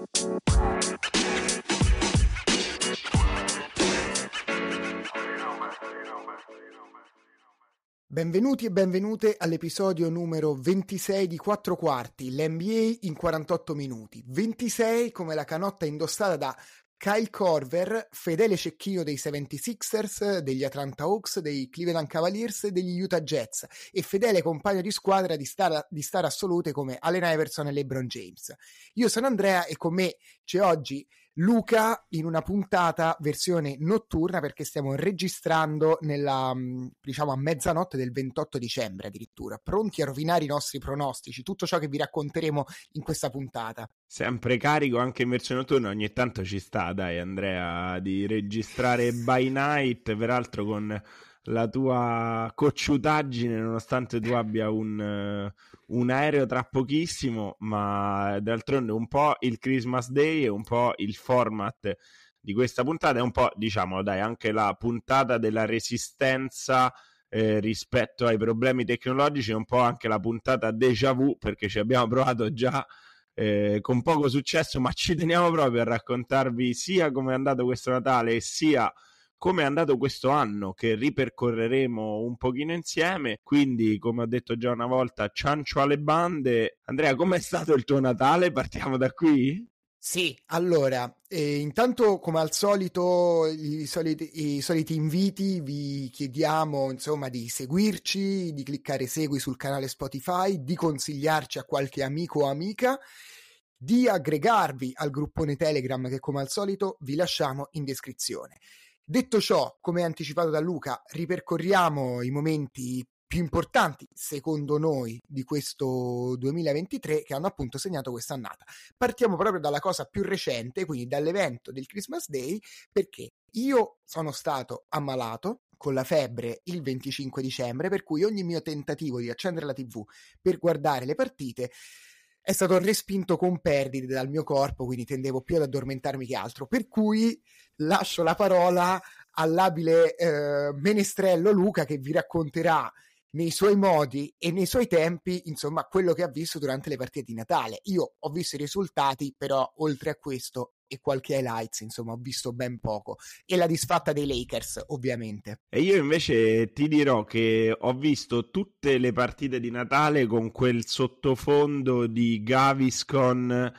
Benvenuti e benvenute all'episodio numero 26 di 4 quarti, l'NBA in 48 minuti. 26 come la canotta indossata da Kyle Korver, fedele cecchino dei 76ers, degli Atlanta Hawks, dei Cleveland Cavaliers e degli Utah Jazz e fedele compagno di squadra di star assolute come Allen Iverson e LeBron James. Io sono Andrea e con me c'è oggi Luca in una puntata versione notturna perché stiamo registrando nella, diciamo, a mezzanotte del 28 dicembre addirittura, pronti a rovinare i nostri pronostici, tutto ciò che vi racconteremo in questa puntata. Sempre carico anche in versione notturna, ogni tanto ci sta, dai Andrea, di registrare by night, peraltro con la tua cocciutaggine, nonostante tu abbia un aereo tra pochissimo, ma d'altronde un po' il Christmas Day e un po' il format di questa puntata è un po', diciamo, dai, anche la puntata della resistenza rispetto ai problemi tecnologici, è un po' anche la puntata déjà vu, perché ci abbiamo provato già con poco successo, ma ci teniamo proprio a raccontarvi sia come è andato questo Natale sia come è andato questo anno, che ripercorreremo un pochino insieme. Quindi, come ho detto già una volta, ciancio alle bande. Andrea, com'è stato il tuo Natale? Partiamo da qui? Sì, allora, intanto come al solito i soliti inviti, vi chiediamo insomma di seguirci, di cliccare segui sul canale Spotify, di consigliarci a qualche amico o amica, di aggregarvi al gruppone Telegram che come al solito vi lasciamo in descrizione. Detto ciò, come anticipato da Luca, ripercorriamo i momenti più importanti, secondo noi, di questo 2023 che hanno appunto segnato quest'annata. Partiamo proprio dalla cosa più recente, quindi dall'evento del Christmas Day, perché io sono stato ammalato con la febbre il 25 dicembre, per cui ogni mio tentativo di accendere la TV per guardare le partite è stato respinto con perdite dal mio corpo, quindi tendevo più ad addormentarmi che altro, per cui lascio la parola all'abile menestrello Luca che vi racconterà nei suoi modi e nei suoi tempi, insomma, quello che ha visto durante le partite di Natale. Io ho visto i risultati, però oltre a questo e qualche highlights, insomma, ho visto ben poco. E la disfatta dei Lakers, ovviamente. E io invece ti dirò che ho visto tutte le partite di Natale con quel sottofondo di Gaviscon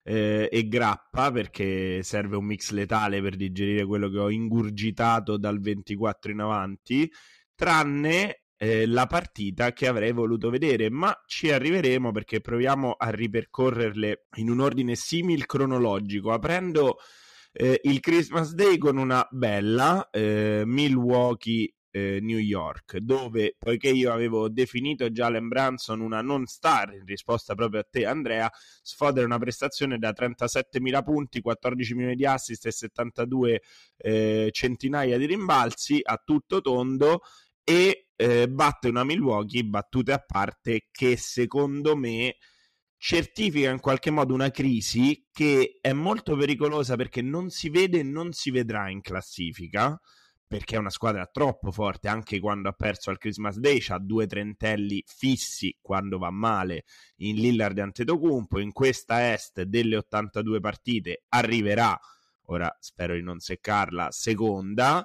e grappa, perché serve un mix letale per digerire quello che ho ingurgitato dal 24 in avanti, tranne la partita che avrei voluto vedere, ma ci arriveremo perché proviamo a ripercorrerle in un ordine simil cronologico, aprendo il Christmas Day con una bella Milwaukee New York, dove, poiché io avevo definito Jalen Brunson una non star in risposta proprio a te Andrea, sfodera una prestazione da 37.000 punti, 14 milioni di assist e 72 centinaia di rimbalzi a tutto tondo, e batte una Milwaukee, battute a parte, che secondo me certifica in qualche modo una crisi che è molto pericolosa, perché non si vede e non si vedrà in classifica, perché è una squadra troppo forte. Anche quando ha perso al Christmas Day c'ha due trentelli fissi quando va male in Lillard e Antetokounmpo. In questa est delle 82 partite arriverà, ora spero di non seccarla, seconda.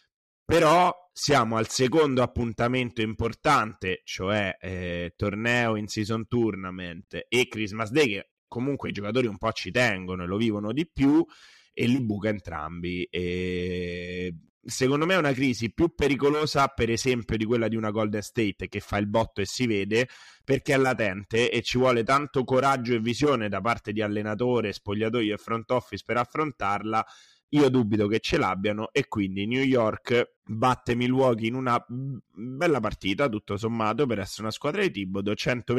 Però siamo al secondo appuntamento importante, cioè torneo in season tournament e Christmas Day, che comunque i giocatori un po' ci tengono e lo vivono di più, e li buca entrambi. E secondo me è una crisi più pericolosa, per esempio, di quella di una Golden State che fa il botto e si vede, perché è latente e ci vuole tanto coraggio e visione da parte di allenatore, spogliatoio e front office per affrontarla. Io dubito che ce l'abbiano, e quindi New York batte Milwaukee in una bella partita, tutto sommato, per essere una squadra di Thibodeau,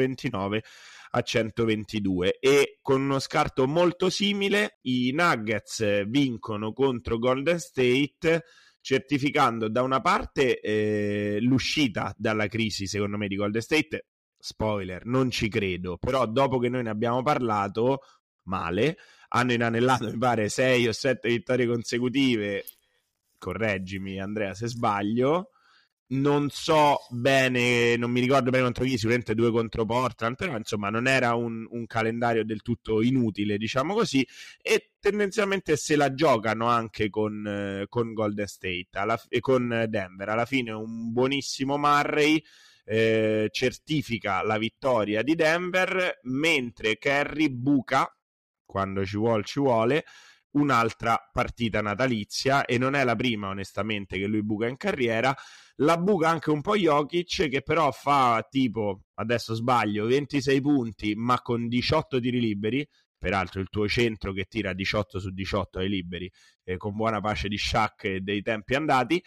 129-122. E con uno scarto molto simile i Nuggets vincono contro Golden State, certificando da una parte l'uscita dalla crisi, secondo me, di Golden State. Spoiler, non ci credo, però dopo che noi ne abbiamo parlato male, hanno inanellato mi pare 6 o 7 vittorie consecutive, correggimi Andrea se sbaglio, non so bene, non mi ricordo bene contro chi, sicuramente 2 contro Portland, però insomma non era un calendario del tutto inutile, diciamo così, e tendenzialmente se la giocano anche con Golden State e con Denver. Alla fine un buonissimo Murray certifica la vittoria di Denver, mentre Curry buca, quando ci vuole, un'altra partita natalizia, e non è la prima onestamente che lui buca in carriera. La buca anche un po' Jokic, che però fa tipo, adesso sbaglio, 26 punti ma con 18 tiri liberi, peraltro il tuo centro che tira 18 su 18 ai liberi, con buona pace di Shaq e dei tempi andati,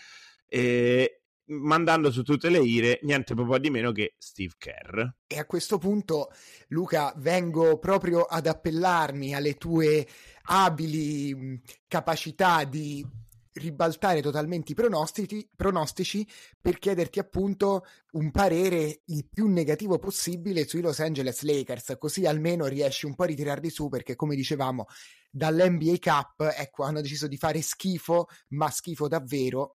mandando su tutte le ire niente proprio di meno che Steve Kerr. E a questo punto, Luca, vengo proprio ad appellarmi alle tue abili capacità di ribaltare totalmente i pronostici per chiederti appunto un parere il più negativo possibile sui Los Angeles Lakers, così almeno riesci un po' a ritirarli su, perché come dicevamo dall'NBA Cup, ecco, hanno deciso di fare schifo, ma schifo davvero,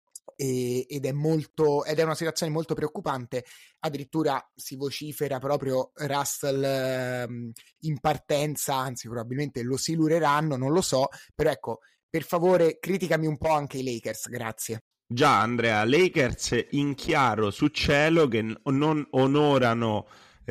ed è una situazione molto preoccupante. Addirittura si vocifera proprio Russell in partenza, anzi probabilmente lo silureranno, non lo so, però ecco, per favore criticami un po' anche i Lakers, grazie. Già Andrea, Lakers in chiaro su cielo che non onorano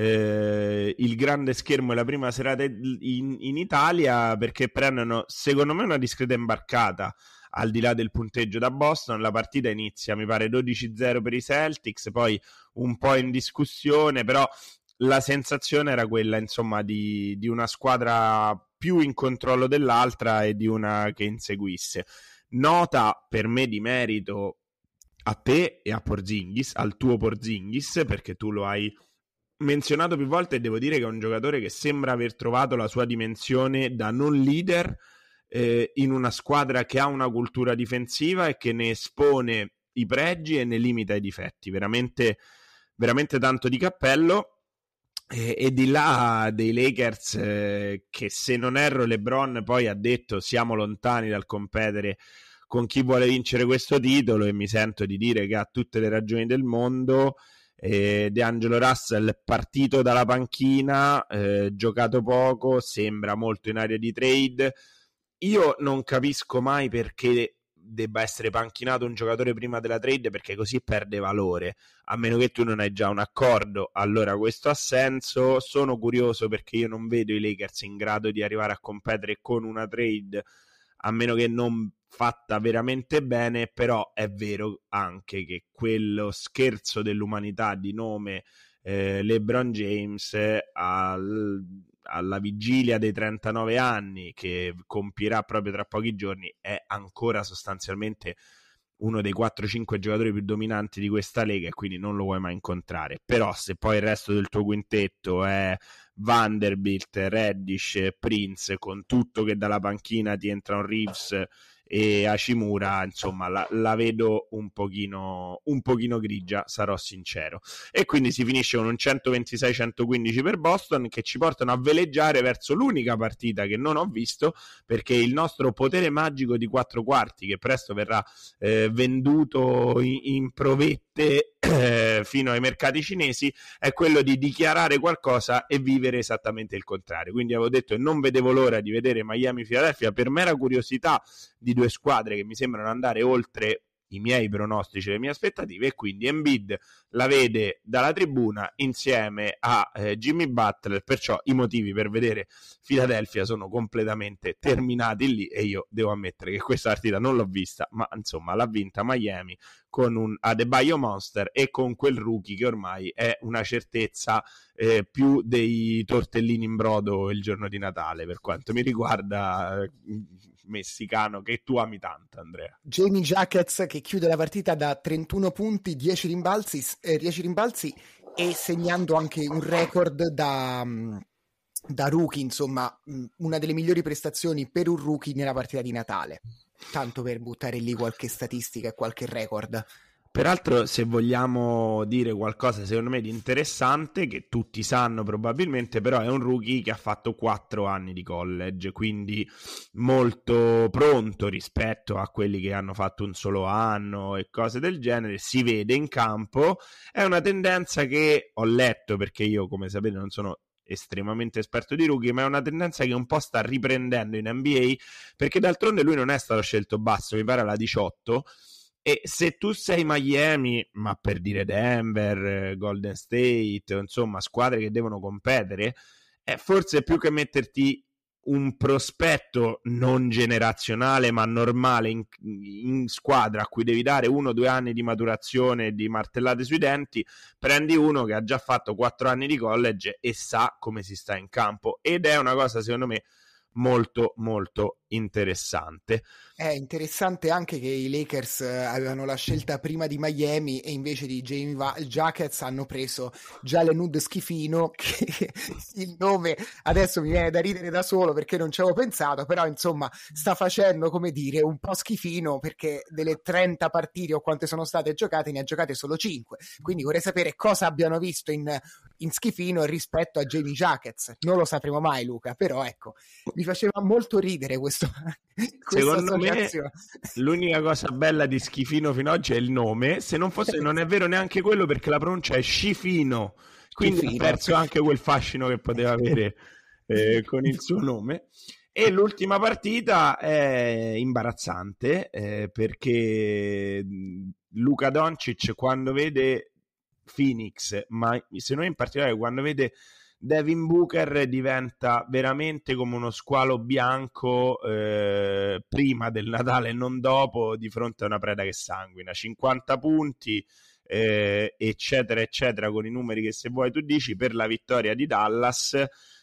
il grande schermo e la prima serata in Italia, perché prendono secondo me una discreta imbarcata al di là del punteggio da Boston. La partita inizia mi pare 12-0 per i Celtics, poi un po' in discussione, però la sensazione era quella insomma di una squadra più in controllo dell'altra e di una che inseguisse. Nota per me di merito a te e a Porzingis, al tuo Porzingis, perché tu lo hai menzionato più volte e devo dire che è un giocatore che sembra aver trovato la sua dimensione da non leader in una squadra che ha una cultura difensiva e che ne espone i pregi e ne limita i difetti. Veramente, veramente tanto di cappello. E di là dei Lakers, che se non erro LeBron poi ha detto siamo lontani dal competere con chi vuole vincere questo titolo, e mi sento di dire che ha tutte le ragioni del mondo. D'Angelo Russell partito dalla panchina, giocato poco, sembra molto in area di trade. Io non capisco mai perché debba essere panchinato un giocatore prima della trade, perché così perde valore, a meno che tu non hai già un accordo, allora questo ha senso. Sono curioso perché io non vedo i Lakers in grado di arrivare a competere con una trade, a meno che non fatta veramente bene. Però è vero anche che quello scherzo dell'umanità di nome LeBron James alla vigilia dei 39 anni, che compirà proprio tra pochi giorni, è ancora sostanzialmente uno dei 4-5 giocatori più dominanti di questa lega, e quindi non lo vuoi mai incontrare. Però se poi il resto del tuo quintetto è Vanderbilt, Reddish, Prince, con tutto che dalla panchina ti entrano Reeves e Hachimura, insomma la vedo un pochino grigia, sarò sincero. E quindi si finisce con un 126-115 per Boston, che ci portano a veleggiare verso l'unica partita che non ho visto, perché il nostro potere magico di 4 quarti, che presto verrà venduto in provette fino ai mercati cinesi, è quello di dichiarare qualcosa e vivere esattamente il contrario. Quindi avevo detto che non vedevo l'ora di vedere Miami-Philadelphia per mera curiosità di due squadre che mi sembrano andare oltre i miei pronostici, le mie aspettative, e quindi Embiid la vede dalla tribuna insieme a Jimmy Butler, perciò i motivi per vedere Philadelphia sono completamente terminati lì, e io devo ammettere che questa partita non l'ho vista, ma insomma l'ha vinta Miami con un Adebayo Monster e con quel rookie che ormai è una certezza più dei tortellini in brodo il giorno di Natale, per quanto mi riguarda, messicano che tu ami tanto, Andrea. Jamie Jackets che chiude la partita da 31 punti, 10 rimbalzi e segnando anche un record da rookie, insomma una delle migliori prestazioni per un rookie nella partita di Natale, tanto per buttare lì qualche statistica e qualche record. Peraltro, se vogliamo dire qualcosa secondo me di interessante, che tutti sanno probabilmente, però è un rookie che ha fatto 4 anni di college, quindi molto pronto rispetto a quelli che hanno fatto un solo anno e cose del genere, si vede in campo. È una tendenza che ho letto, perché io, come sapete, non sono estremamente esperto di rookie, ma è una tendenza che un po' sta riprendendo in NBA, perché d'altronde lui non è stato scelto basso, mi pare alla 18, e se tu sei Miami, ma per dire Denver, Golden State, insomma squadre che devono competere, forse più che metterti un prospetto non generazionale ma normale in squadra a cui devi dare 1 o 2 anni di maturazione e di martellate sui denti, prendi uno che ha già fatto 4 anni di college e sa come si sta in campo, ed è una cosa secondo me molto molto interessante. È interessante anche che i Lakers avevano la scelta prima di Miami e invece di Jamie Jackets hanno preso Jalen Schifino, che il nome adesso mi viene da ridere da solo perché non ci avevo pensato, però insomma sta facendo, come dire, un po' schifino, perché delle 30 partite o quante sono state giocate ne ha giocate solo 5, quindi vorrei sapere cosa abbiano visto in Schifino rispetto a Jamie Jackets. Non lo sapremo mai, Luca, però ecco, mi faceva molto ridere questo. Secondo me l'unica cosa bella di Schifino fino ad oggi è il nome, se non fosse, non è vero neanche quello, perché la pronuncia è Scifino, quindi ha perso anche quel fascino che poteva avere con il suo nome. E l'ultima partita è imbarazzante, perché Luka Doncic, quando vede Phoenix, ma se noi in particolare quando vede Devin Booker, diventa veramente come uno squalo bianco prima del Natale e non dopo, di fronte a una preda che sanguina. 50 punti, eccetera eccetera, con i numeri che, se vuoi tu dici, per la vittoria di Dallas,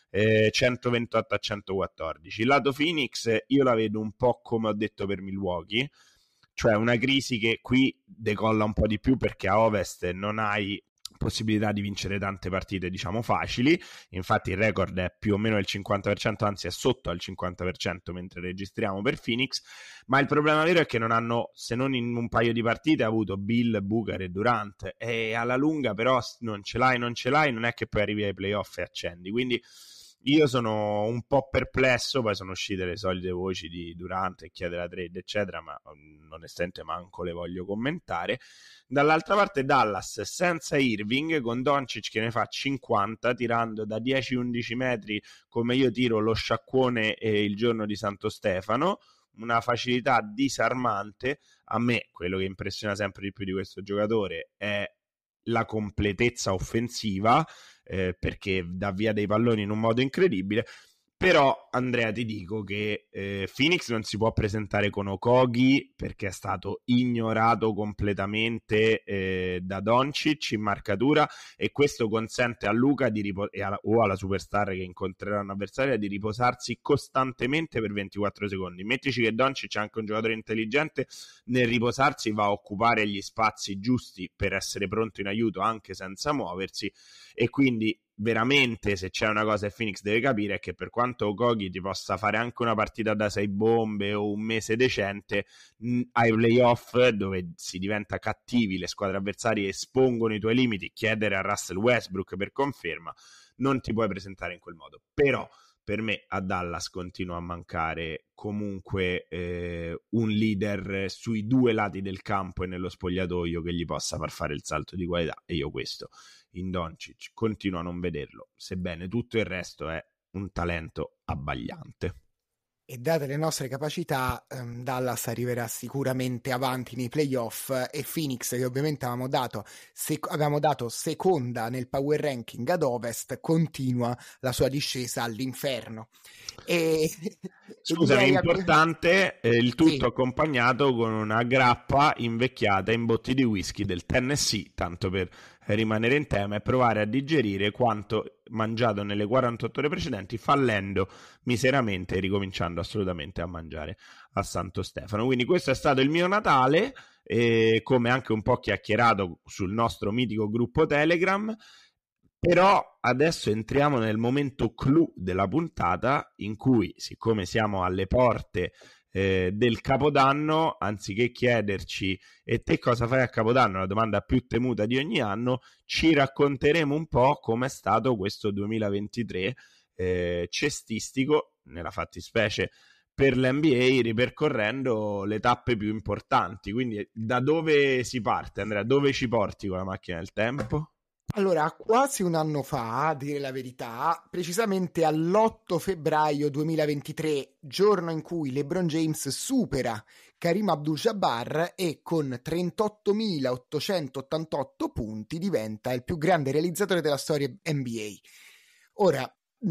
128-114. Lato Phoenix io la vedo un po' come ho detto per Milwaukee, cioè una crisi che qui decolla un po' di più, perché a Ovest non hai possibilità di vincere tante partite, diciamo, facili. Infatti il record è più o meno il 50%, anzi è sotto al 50% mentre registriamo per Phoenix, ma il problema vero è che non hanno, se non in un paio di partite, avuto Bill, Booker e Durant, e alla lunga però non ce l'hai, non è che poi arrivi ai playoff e accendi. Quindi io sono un po' perplesso. Poi sono uscite le solite voci di Durant e chiede la trade eccetera, ma onestamente manco le voglio commentare. Dall'altra parte Dallas senza Irving, con Doncic che ne fa 50 tirando da 10-11 metri come io tiro lo sciacquone il giorno di Santo Stefano, una facilità disarmante. A me quello che impressiona sempre di più di questo giocatore è la completezza offensiva, perché dà via dei palloni in un modo incredibile. Però Andrea, ti dico che Phoenix non si può presentare con Okogie, perché è stato ignorato completamente da Doncic in marcatura, e questo consente a Luka o alla superstar che incontrerà un avversario di riposarsi costantemente per 24 secondi. Mettici che Doncic è anche un giocatore intelligente, nel riposarsi va a occupare gli spazi giusti per essere pronto in aiuto anche senza muoversi, e quindi veramente, se c'è una cosa che Phoenix deve capire, è che per quanto Okogie ti possa fare anche una partita da 6 bombe o un mese decente, ai playoff, dove si diventa cattivi, le squadre avversarie espongono i tuoi limiti, chiedere a Russell Westbrook per conferma, non ti puoi presentare in quel modo. Però per me a Dallas continua a mancare comunque un leader sui due lati del campo e nello spogliatoio che gli possa far fare il salto di qualità, e io questo in Doncic continuo a non vederlo, sebbene tutto il resto è un talento abbagliante. E date le nostre capacità, Dallas arriverà sicuramente avanti nei playoff, e Phoenix, che ovviamente avevamo dato seconda nel power ranking ad Ovest, continua la sua discesa all'inferno. Scusami, importante, il tutto accompagnato con una grappa invecchiata in botti di whisky del Tennessee, tanto per rimanere in tema e provare a digerire quanto mangiato nelle 48 ore precedenti, fallendo miseramente e ricominciando assolutamente a mangiare a Santo Stefano. Quindi questo è stato il mio Natale, come anche un po' chiacchierato sul nostro mitico gruppo Telegram. Però adesso entriamo nel momento clou della puntata, in cui, siccome siamo alle porte del Capodanno, anziché chiederci e te cosa fai a Capodanno, la domanda più temuta di ogni anno, ci racconteremo un po' com'è stato questo 2023 cestistico, nella fattispecie per l'NBA, ripercorrendo le tappe più importanti. Quindi da dove si parte, Andrea? Dove ci porti con la macchina del tempo? Allora, quasi un anno fa, a dire la verità, precisamente all'8 febbraio 2023, giorno in cui LeBron James supera Kareem Abdul-Jabbar e con 38.888 punti diventa il più grande realizzatore della storia NBA. Ora,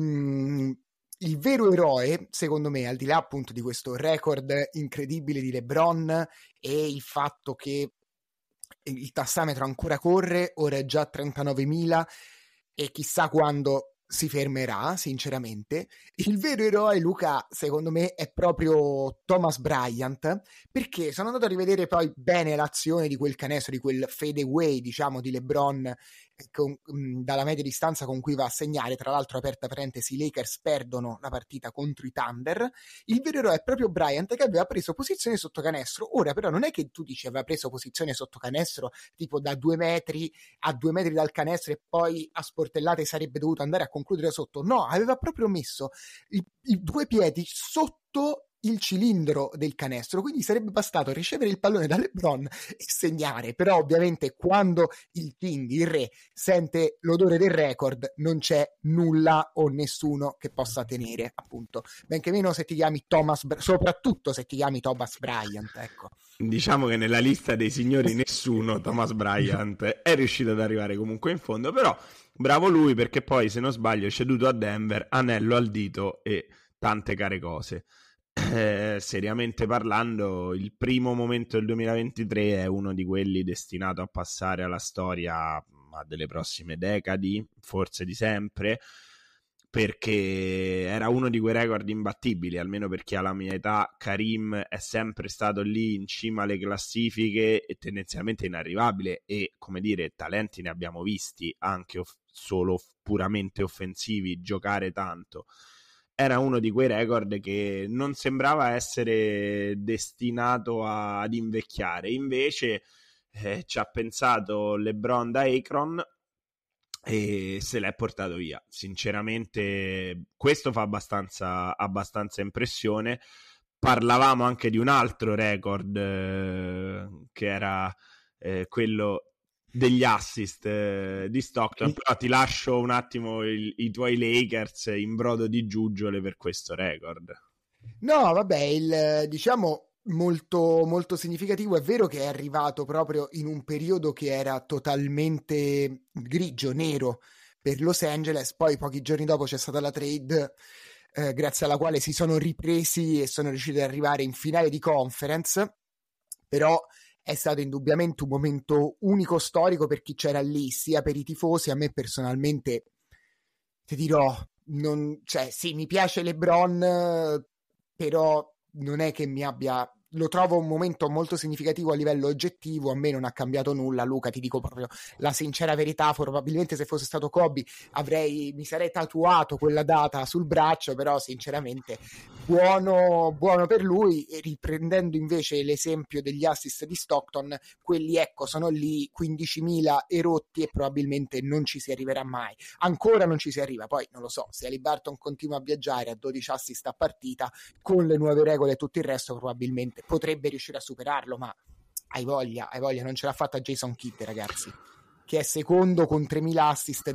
il vero eroe, secondo me, al di là appunto di questo record incredibile di LeBron e il fatto che il tassametro ancora corre, ora è già 39.000 e chissà quando si fermerà, sinceramente. Il vero eroe, Luca, secondo me, è proprio Thomas Bryant, perché sono andato a rivedere poi bene l'azione di quel canestro, di quel fadeaway, diciamo, di LeBron dalla media distanza con cui va a segnare. Tra l'altro, aperta parentesi, i Lakers perdono la partita contro i Thunder. Il vero eroe è proprio Bryant, che aveva preso posizione sotto canestro. Ora però non è che tu dici aveva preso posizione sotto canestro tipo da 2 metri a 2 metri dal canestro e poi a sportellate sarebbe dovuto andare a concludere sotto. No, aveva proprio messo i 2 piedi sotto il cilindro del canestro, quindi sarebbe bastato ricevere il pallone da LeBron e segnare. Però ovviamente quando il King, il re, sente l'odore del record, non c'è nulla o nessuno che possa tenere, appunto, benché meno se ti chiami soprattutto se ti chiami Thomas Bryant, ecco. Diciamo che nella lista dei signori nessuno, Thomas Bryant, è riuscito ad arrivare comunque in fondo, però bravo lui, perché poi, se non sbaglio, è ceduto a Denver, anello al dito e tante care cose. Seriamente parlando, il primo momento del 2023 è uno di quelli destinato a passare alla storia a delle prossime decadi, forse di sempre, perché era uno di quei record imbattibili. Almeno per chi ha la mia età, Kareem è sempre stato lì in cima alle classifiche e tendenzialmente inarrivabile, e come dire, talenti ne abbiamo visti anche solo puramente offensivi giocare tanto. Era uno di quei record che non sembrava essere destinato ad invecchiare, invece ci ha pensato LeBron da Akron e se l'è portato via. Sinceramente questo fa abbastanza impressione. Parlavamo anche di un altro record che era quello degli assist di Stockton, però ti lascio un attimo i tuoi Lakers in brodo di giuggiole per questo record. No, vabbè, diciamo molto, molto significativo. È vero che è arrivato proprio in un periodo che era totalmente grigio, nero per Los Angeles. Poi pochi giorni dopo c'è stata la trade grazie alla quale si sono ripresi e sono riusciti ad arrivare in finale di conference. Però è stato indubbiamente un momento unico storico per chi c'era lì, sia per i tifosi. A me personalmente, ti dirò, cioè sì, mi piace LeBron, però non è che mi abbia... Lo trovo un momento molto significativo a livello oggettivo. A me non ha cambiato nulla, Luca, ti dico proprio la sincera verità. Probabilmente se fosse stato Kobe mi sarei tatuato quella data sul braccio, però sinceramente buono per lui. E riprendendo invece l'esempio degli assist di Stockton, quelli ecco sono lì 15.000 erotti e probabilmente non ci si arriverà mai. Ancora non ci si arriva. Poi non lo so, se Haliburton continua a viaggiare a 12 assist a partita con le nuove regole e tutto il resto, probabilmente potrebbe riuscire a superarlo, ma hai voglia, non ce l'ha fatta Jason Kidd, ragazzi, che è secondo con 3.000 assist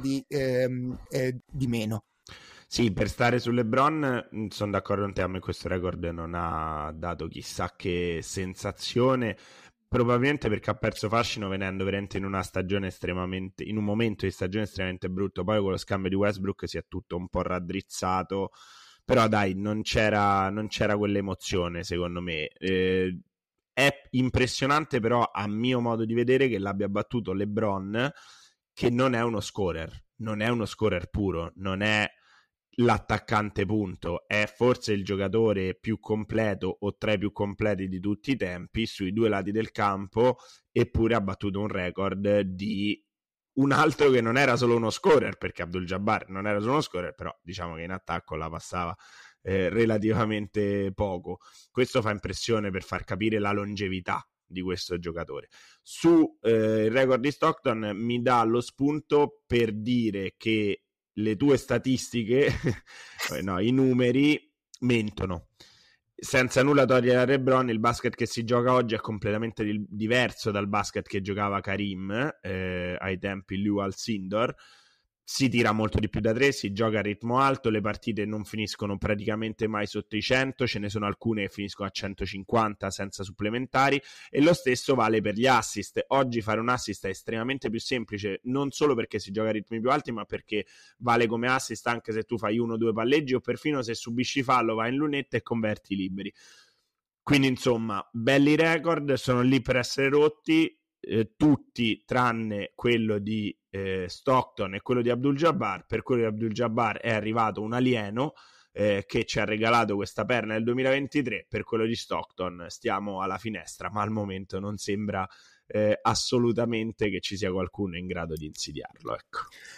di meno. Sì, per stare su LeBron sono d'accordo con te, a me questo record non ha dato chissà che sensazione, probabilmente perché ha perso fascino venendo veramente in una stagione estremamente, in un momento di stagione estremamente brutto. Poi con lo scambio di Westbrook si è tutto un po' raddrizzato, però dai, non c'era quell'emozione, secondo me. È impressionante però, a mio modo di vedere, che l'abbia battuto LeBron, che non è uno scorer puro, non è l'attaccante punto, è forse il giocatore più completo o tra i più completi di tutti i tempi sui due lati del campo, eppure ha battuto un record di un altro che non era solo uno scorer, perché Abdul-Jabbar non era solo uno scorer, però diciamo che in attacco la passava relativamente poco. Questo fa impressione per far capire la longevità di questo giocatore. Su il record di Stockton mi dà lo spunto per dire che le tue statistiche, no, i numeri mentono. Senza nulla togliere a LeBron, il basket che si gioca oggi è completamente diverso dal basket che giocava Karim ai tempi lui al Sindor. Si tira molto di più da tre, si gioca a ritmo alto, le partite non finiscono praticamente mai sotto i 100, ce ne sono alcune che finiscono a 150 senza supplementari, e lo stesso vale per gli assist. Oggi fare un assist è estremamente più semplice, non solo perché si gioca a ritmi più alti, ma perché vale come assist anche se tu fai 1 o 2 palleggi, o perfino se subisci fallo vai in lunetta e converti liberi. Quindi insomma, belli record, sono lì per essere rotti, tutti tranne quello di Stockton e quello di Abdul-Jabbar. Per quello di Abdul-Jabbar è arrivato un alieno che ci ha regalato questa perla nel 2023. Per quello di Stockton stiamo alla finestra, ma al momento non sembra assolutamente che ci sia qualcuno in grado di insidiarlo, ecco.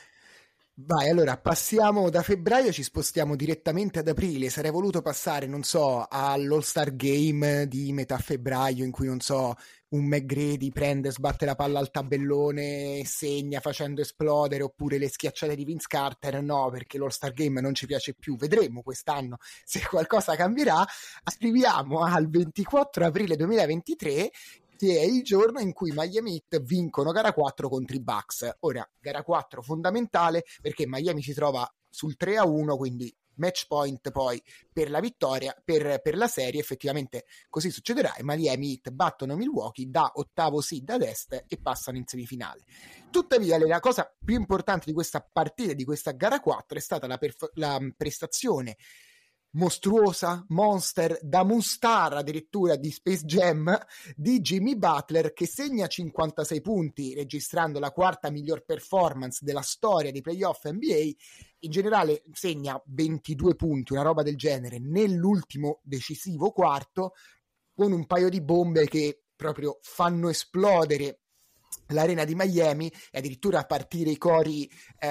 Vai, allora passiamo da febbraio, ci spostiamo direttamente ad aprile. Sarei voluto passare, non so, all'All-Star Game di metà febbraio, in cui, non so, un McGrady prende, sbatte la palla al tabellone e segna facendo esplodere, oppure le schiacciate di Vince Carter. No, perché l'All-Star Game non ci piace più. Vedremo quest'anno se qualcosa cambierà. Arriviamo al 24 aprile 2023, che è il giorno in cui Miami Heat vincono gara 4 contro i Bucks. Ora, gara 4 fondamentale perché Miami si trova sul 3-1, quindi match point poi per la vittoria, per la serie. Effettivamente così succederà, e Miami Heat battono Milwaukee da ottavo seed ad est e passano in semifinale. Tuttavia la cosa più importante di questa partita, di questa gara 4, è stata la prestazione mostruosa, monster, da Mustar addirittura di Space Jam, di Jimmy Butler, che segna 56 punti, registrando la quarta miglior performance della storia dei playoff NBA. In generale segna 22 punti, una roba del genere, nell'ultimo decisivo quarto, con un paio di bombe che proprio fanno esplodere l'arena di Miami, e addirittura a partire i cori,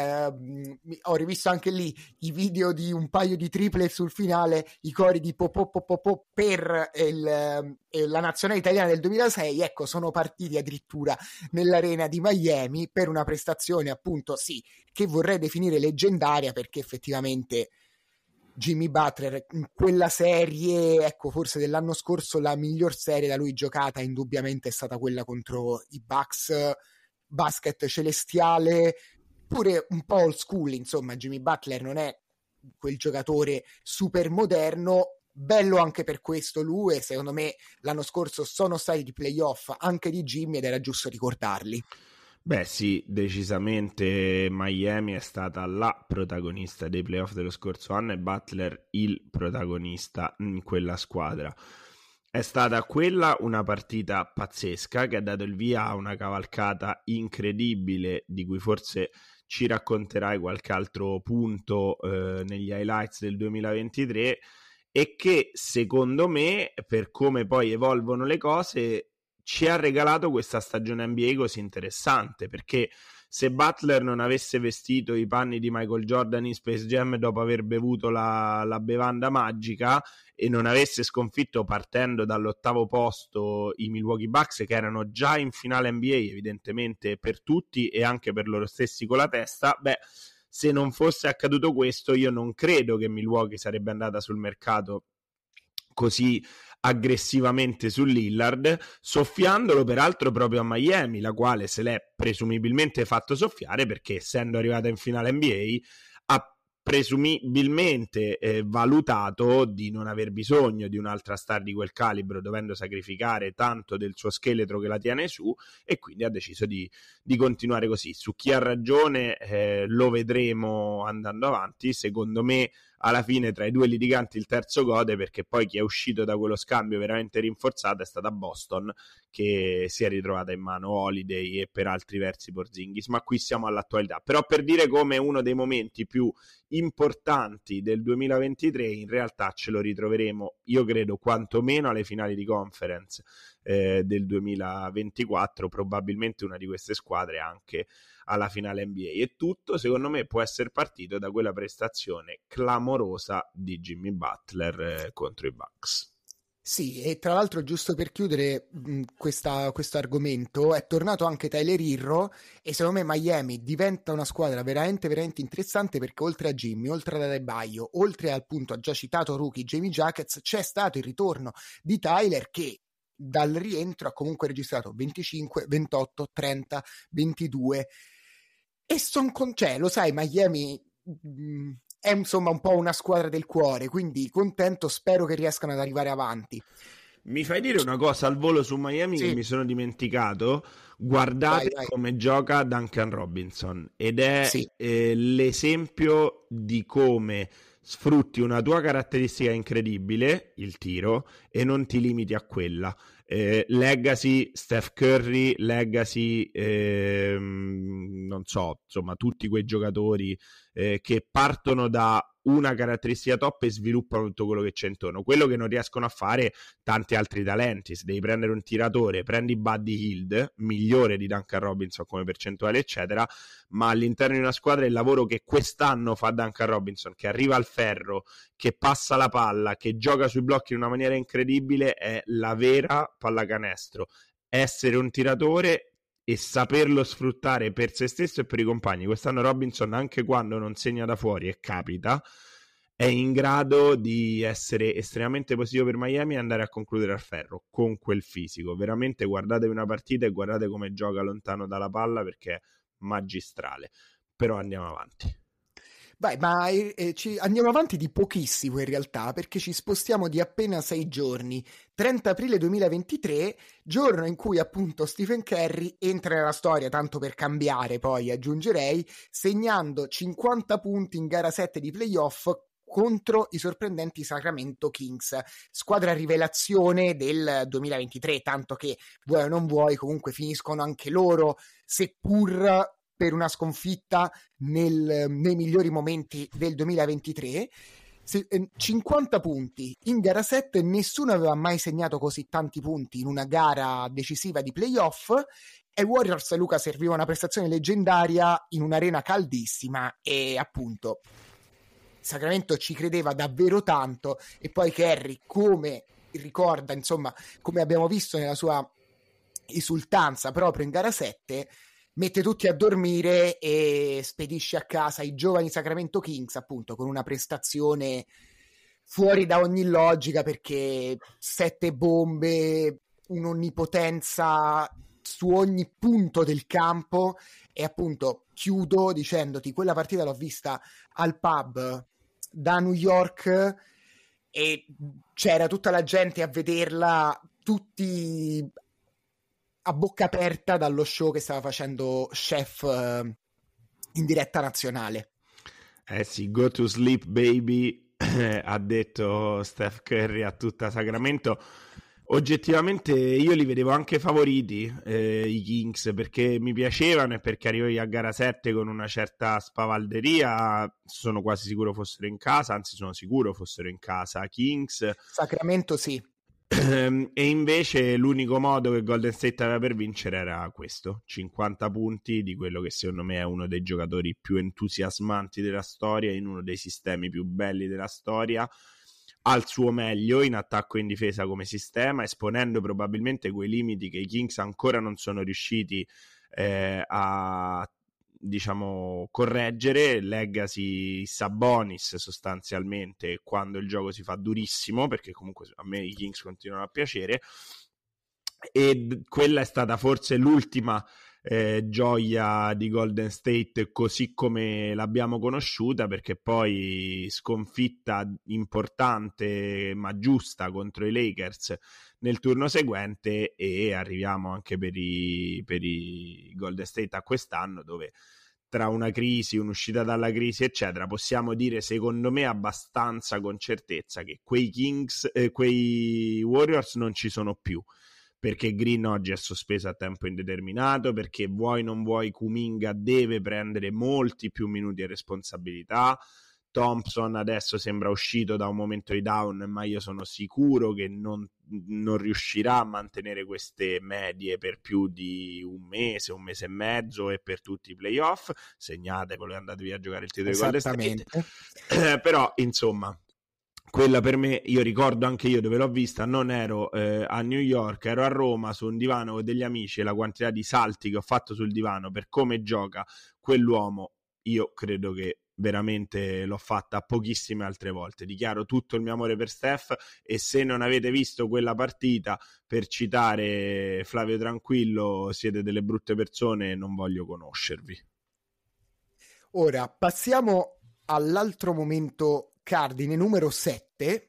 ho rivisto anche lì i video di un paio di triple sul finale, i cori di po per la nazionale italiana del 2006, ecco, sono partiti addirittura nell'arena di Miami per una prestazione, appunto, sì, che vorrei definire leggendaria, perché effettivamente Jimmy Butler in quella serie, ecco, forse dell'anno scorso la miglior serie da lui giocata indubbiamente è stata quella contro i Bucks, basket celestiale, pure un po' old school. Insomma, Jimmy Butler non è quel giocatore super moderno, bello anche per questo lui, e secondo me l'anno scorso sono stati di playoff anche di Jimmy ed era giusto ricordarli. Beh sì, decisamente Miami è stata la protagonista dei playoff dello scorso anno e Butler il protagonista in quella squadra. È stata quella una partita pazzesca che ha dato il via a una cavalcata incredibile, di cui forse ci racconterai qualche altro punto negli highlights del 2023, e che secondo me, per come poi evolvono le cose, ci ha regalato questa stagione NBA così interessante, perché se Butler non avesse vestito i panni di Michael Jordan in Space Jam dopo aver bevuto la bevanda magica e non avesse sconfitto partendo dall'8º posto i Milwaukee Bucks, che erano già in finale NBA evidentemente per tutti e anche per loro stessi con la testa, beh, se non fosse accaduto questo io non credo che Milwaukee sarebbe andata sul mercato così aggressivamente su Lillard, soffiandolo peraltro proprio a Miami, la quale se l'è presumibilmente fatto soffiare perché, essendo arrivata in finale NBA, ha presumibilmente valutato di non aver bisogno di un'altra star di quel calibro, dovendo sacrificare tanto del suo scheletro che la tiene su, e quindi ha deciso di continuare così. Su chi ha ragione lo vedremo andando avanti. Secondo me alla fine tra i due litiganti il terzo gode, perché poi chi è uscito da quello scambio veramente rinforzato è stata Boston, che si è ritrovata in mano Holiday e per altri versi Porzingis. Ma qui siamo all'attualità. Però per dire come uno dei momenti più importanti del 2023 in realtà ce lo ritroveremo, io credo, quantomeno alle finali di conference del 2024. Probabilmente una di queste squadre anche alla finale NBA, e tutto secondo me può essere partito da quella prestazione clamorosa di Jimmy Butler contro i Bucks. Sì, e tra l'altro, giusto per chiudere questo argomento, è tornato anche Tyler Herro e secondo me Miami diventa una squadra veramente, veramente interessante, perché oltre a Jimmy, oltre ad Adebayo, oltre al punto già citato rookie Jamie Jackets, c'è stato il ritorno di Tyler, che dal rientro ha comunque registrato 25, 28, 30, 22 e cioè, lo sai, Miami è insomma un po' una squadra del cuore, quindi contento, spero che riescano ad arrivare avanti. Mi fai dire una cosa al volo su Miami che mi sono dimenticato? Guardate Vai. come gioca Duncan Robinson, ed è Sì. l'esempio di come sfrutti una tua caratteristica incredibile, il tiro, e non ti limiti a quella. Legacy Steph Curry, Legacy non so, insomma tutti quei giocatori che partono da una caratteristica top e sviluppano tutto quello che c'è intorno, quello che non riescono a fare tanti altri talenti. Se devi prendere un tiratore, prendi Buddy Hield, migliore di Duncan Robinson come percentuale eccetera, ma all'interno di una squadra il lavoro che quest'anno fa Duncan Robinson, che arriva al ferro, che passa la palla, che gioca sui blocchi in una maniera incredibile, è la vera pallacanestro. Essere un tiratore e saperlo sfruttare per se stesso e per i compagni. Quest'anno Robinson, anche quando non segna da fuori, e capita, è in grado di essere estremamente positivo per Miami e andare a concludere al ferro con quel fisico. Veramente guardatevi una partita e guardate come gioca lontano dalla palla, perché è magistrale. Però andiamo avanti. Vai, ma andiamo avanti di pochissimo in realtà, perché ci spostiamo di appena 6 giorni. 30 aprile 2023, giorno in cui appunto Stephen Curry entra nella storia, tanto per cambiare, poi aggiungerei, segnando 50 punti in gara 7 di playoff contro i sorprendenti Sacramento Kings, squadra rivelazione del 2023, tanto che vuoi o non vuoi comunque finiscono anche loro, seppur per una sconfitta nei migliori momenti del 2023. 50 punti in gara 7, nessuno aveva mai segnato così tanti punti in una gara decisiva di playoff, e Warriors, Luca, serviva una prestazione leggendaria in un'arena caldissima, e appunto Sacramento ci credeva davvero tanto, e poi Curry, come ricorda, insomma, come abbiamo visto nella sua esultanza proprio in gara 7, mette tutti a dormire e spedisce a casa i giovani Sacramento Kings, appunto, con una prestazione fuori da ogni logica, perché 7 bombe, un'onnipotenza su ogni punto del campo. E appunto chiudo dicendoti, quella partita l'ho vista al pub da New York e c'era tutta la gente a vederla, tutti a bocca aperta dallo show che stava facendo Chef in diretta nazionale. Sì, go to sleep baby, ha detto Steph Curry a tutta Sacramento. Oggettivamente io li vedevo anche favoriti, i Kings, perché mi piacevano e perché arrivavi a gara 7 con una certa spavalderia. Sono quasi sicuro fossero in casa, anzi sono sicuro fossero in casa Kings. Sacramento sì. E invece l'unico modo che Golden State aveva per vincere era questo: 50 punti di quello che secondo me è uno dei giocatori più entusiasmanti della storia, in uno dei sistemi più belli della storia, al suo meglio in attacco e in difesa come sistema, esponendo probabilmente quei limiti che i Kings ancora non sono riusciti a, diciamo, correggere. Legacy Sabonis sostanzialmente, quando il gioco si fa durissimo, perché comunque a me i Kings continuano a piacere, e quella è stata forse l'ultima gioia di Golden State così come l'abbiamo conosciuta, perché poi sconfitta importante ma giusta contro i Lakers nel turno seguente, e arriviamo anche per i Golden State a quest'anno, dove tra una crisi, un'uscita dalla crisi eccetera, possiamo dire secondo me abbastanza con certezza che quei Warriors non ci sono più, perché Green oggi è sospeso a tempo indeterminato, perché vuoi non vuoi Kuminga deve prendere molti più minuti e responsabilità, Thompson adesso sembra uscito da un momento di down, ma io sono sicuro che non riuscirà a mantenere queste medie per più di un mese e mezzo e per tutti i playoff. Segnatevelo e andatevi a giocare il titolo di Golden State. Però insomma, quella per me, io ricordo anche io dove l'ho vista, non ero a New York, ero a Roma su un divano con degli amici, e la quantità di salti che ho fatto sul divano per come gioca quell'uomo, io credo che veramente l'ho fatta pochissime altre volte. Dichiaro tutto il mio amore per Steph, e se non avete visto quella partita, per citare Flavio Tranquillo, siete delle brutte persone e non voglio conoscervi. Ora passiamo all'altro momento cardine, numero 7.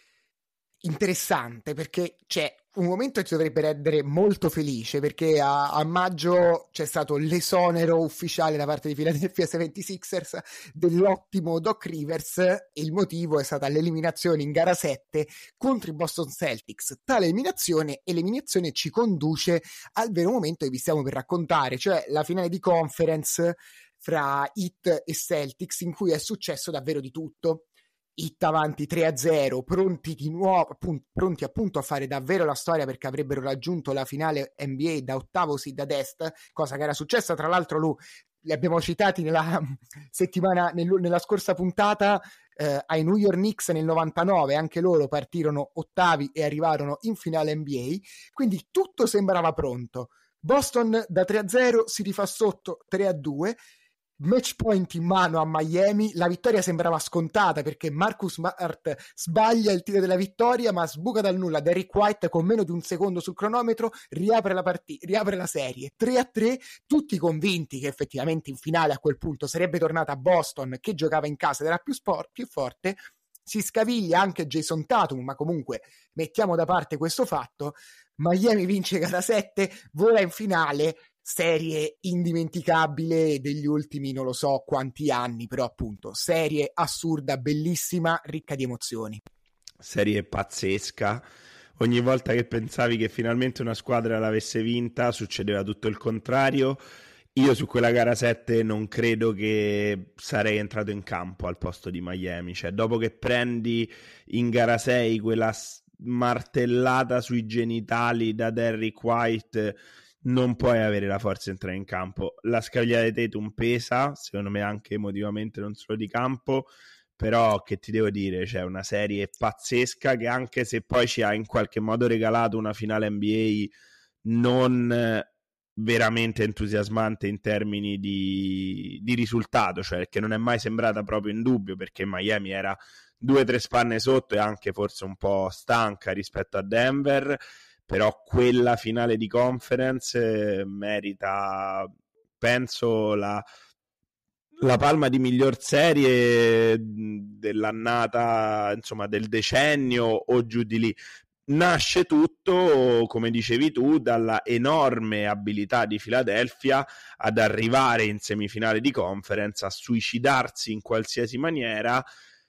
Interessante, perché c'è un momento che ci dovrebbe rendere molto felice, perché a maggio c'è stato l'esonero ufficiale da parte di Philadelphia 76ers dell'ottimo Doc Rivers, e il motivo è stata l'eliminazione in gara 7 contro i Boston Celtics. Tale eliminazione ci conduce al vero momento che vi stiamo per raccontare, cioè la finale di conference fra Heat e Celtics, in cui è successo davvero di tutto. Heat avanti 3-0, pronti di nuovo, pronti appunto a fare davvero la storia, perché avrebbero raggiunto la finale NBA da ottavo seed ad est, cosa che era successa tra l'altro, li abbiamo citati nella settimana, nella scorsa puntata, ai New York Knicks nel 99, anche loro partirono ottavi e arrivarono in finale NBA, quindi tutto sembrava pronto. Boston da 3-0 si rifà sotto 3-2, match point in mano a Miami, la vittoria sembrava scontata perché Marcus Smart sbaglia il tiro della vittoria, ma sbuca dal nulla Derrick White con meno di un secondo sul cronometro, riapre la serie 3-3, tutti convinti che effettivamente in finale a quel punto sarebbe tornata Boston, che giocava in casa ed era più forte. Si scaviglia anche Jason Tatum, ma comunque mettiamo da parte questo fatto. Miami vince gara 7, vola in finale, serie indimenticabile degli ultimi non lo so quanti anni, però appunto serie assurda, bellissima, ricca di emozioni. Serie pazzesca. Ogni volta che pensavi che finalmente una squadra l'avesse vinta, succedeva tutto il contrario. Io su quella gara 7 non credo che sarei entrato in campo al posto di Miami, cioè dopo che prendi in gara 6 quella martellata sui genitali da Derrick White, non puoi avere la forza di entrare in campo. La scagliata di Tatum pesa, secondo me anche emotivamente, non solo di campo, però che ti devo dire, c'è una serie pazzesca che, anche se poi ci ha in qualche modo regalato una finale NBA non veramente entusiasmante in termini di risultato, cioè che non è mai sembrata proprio in dubbio, perché Miami era 2-3 spanne sotto e anche forse un po' stanca rispetto a Denver, però quella finale di conference merita, penso, la palma di miglior serie dell'annata, insomma del decennio o giù di lì. Nasce tutto, come dicevi tu, dalla enorme abilità di Philadelphia ad arrivare in semifinale di conference, a suicidarsi in qualsiasi maniera,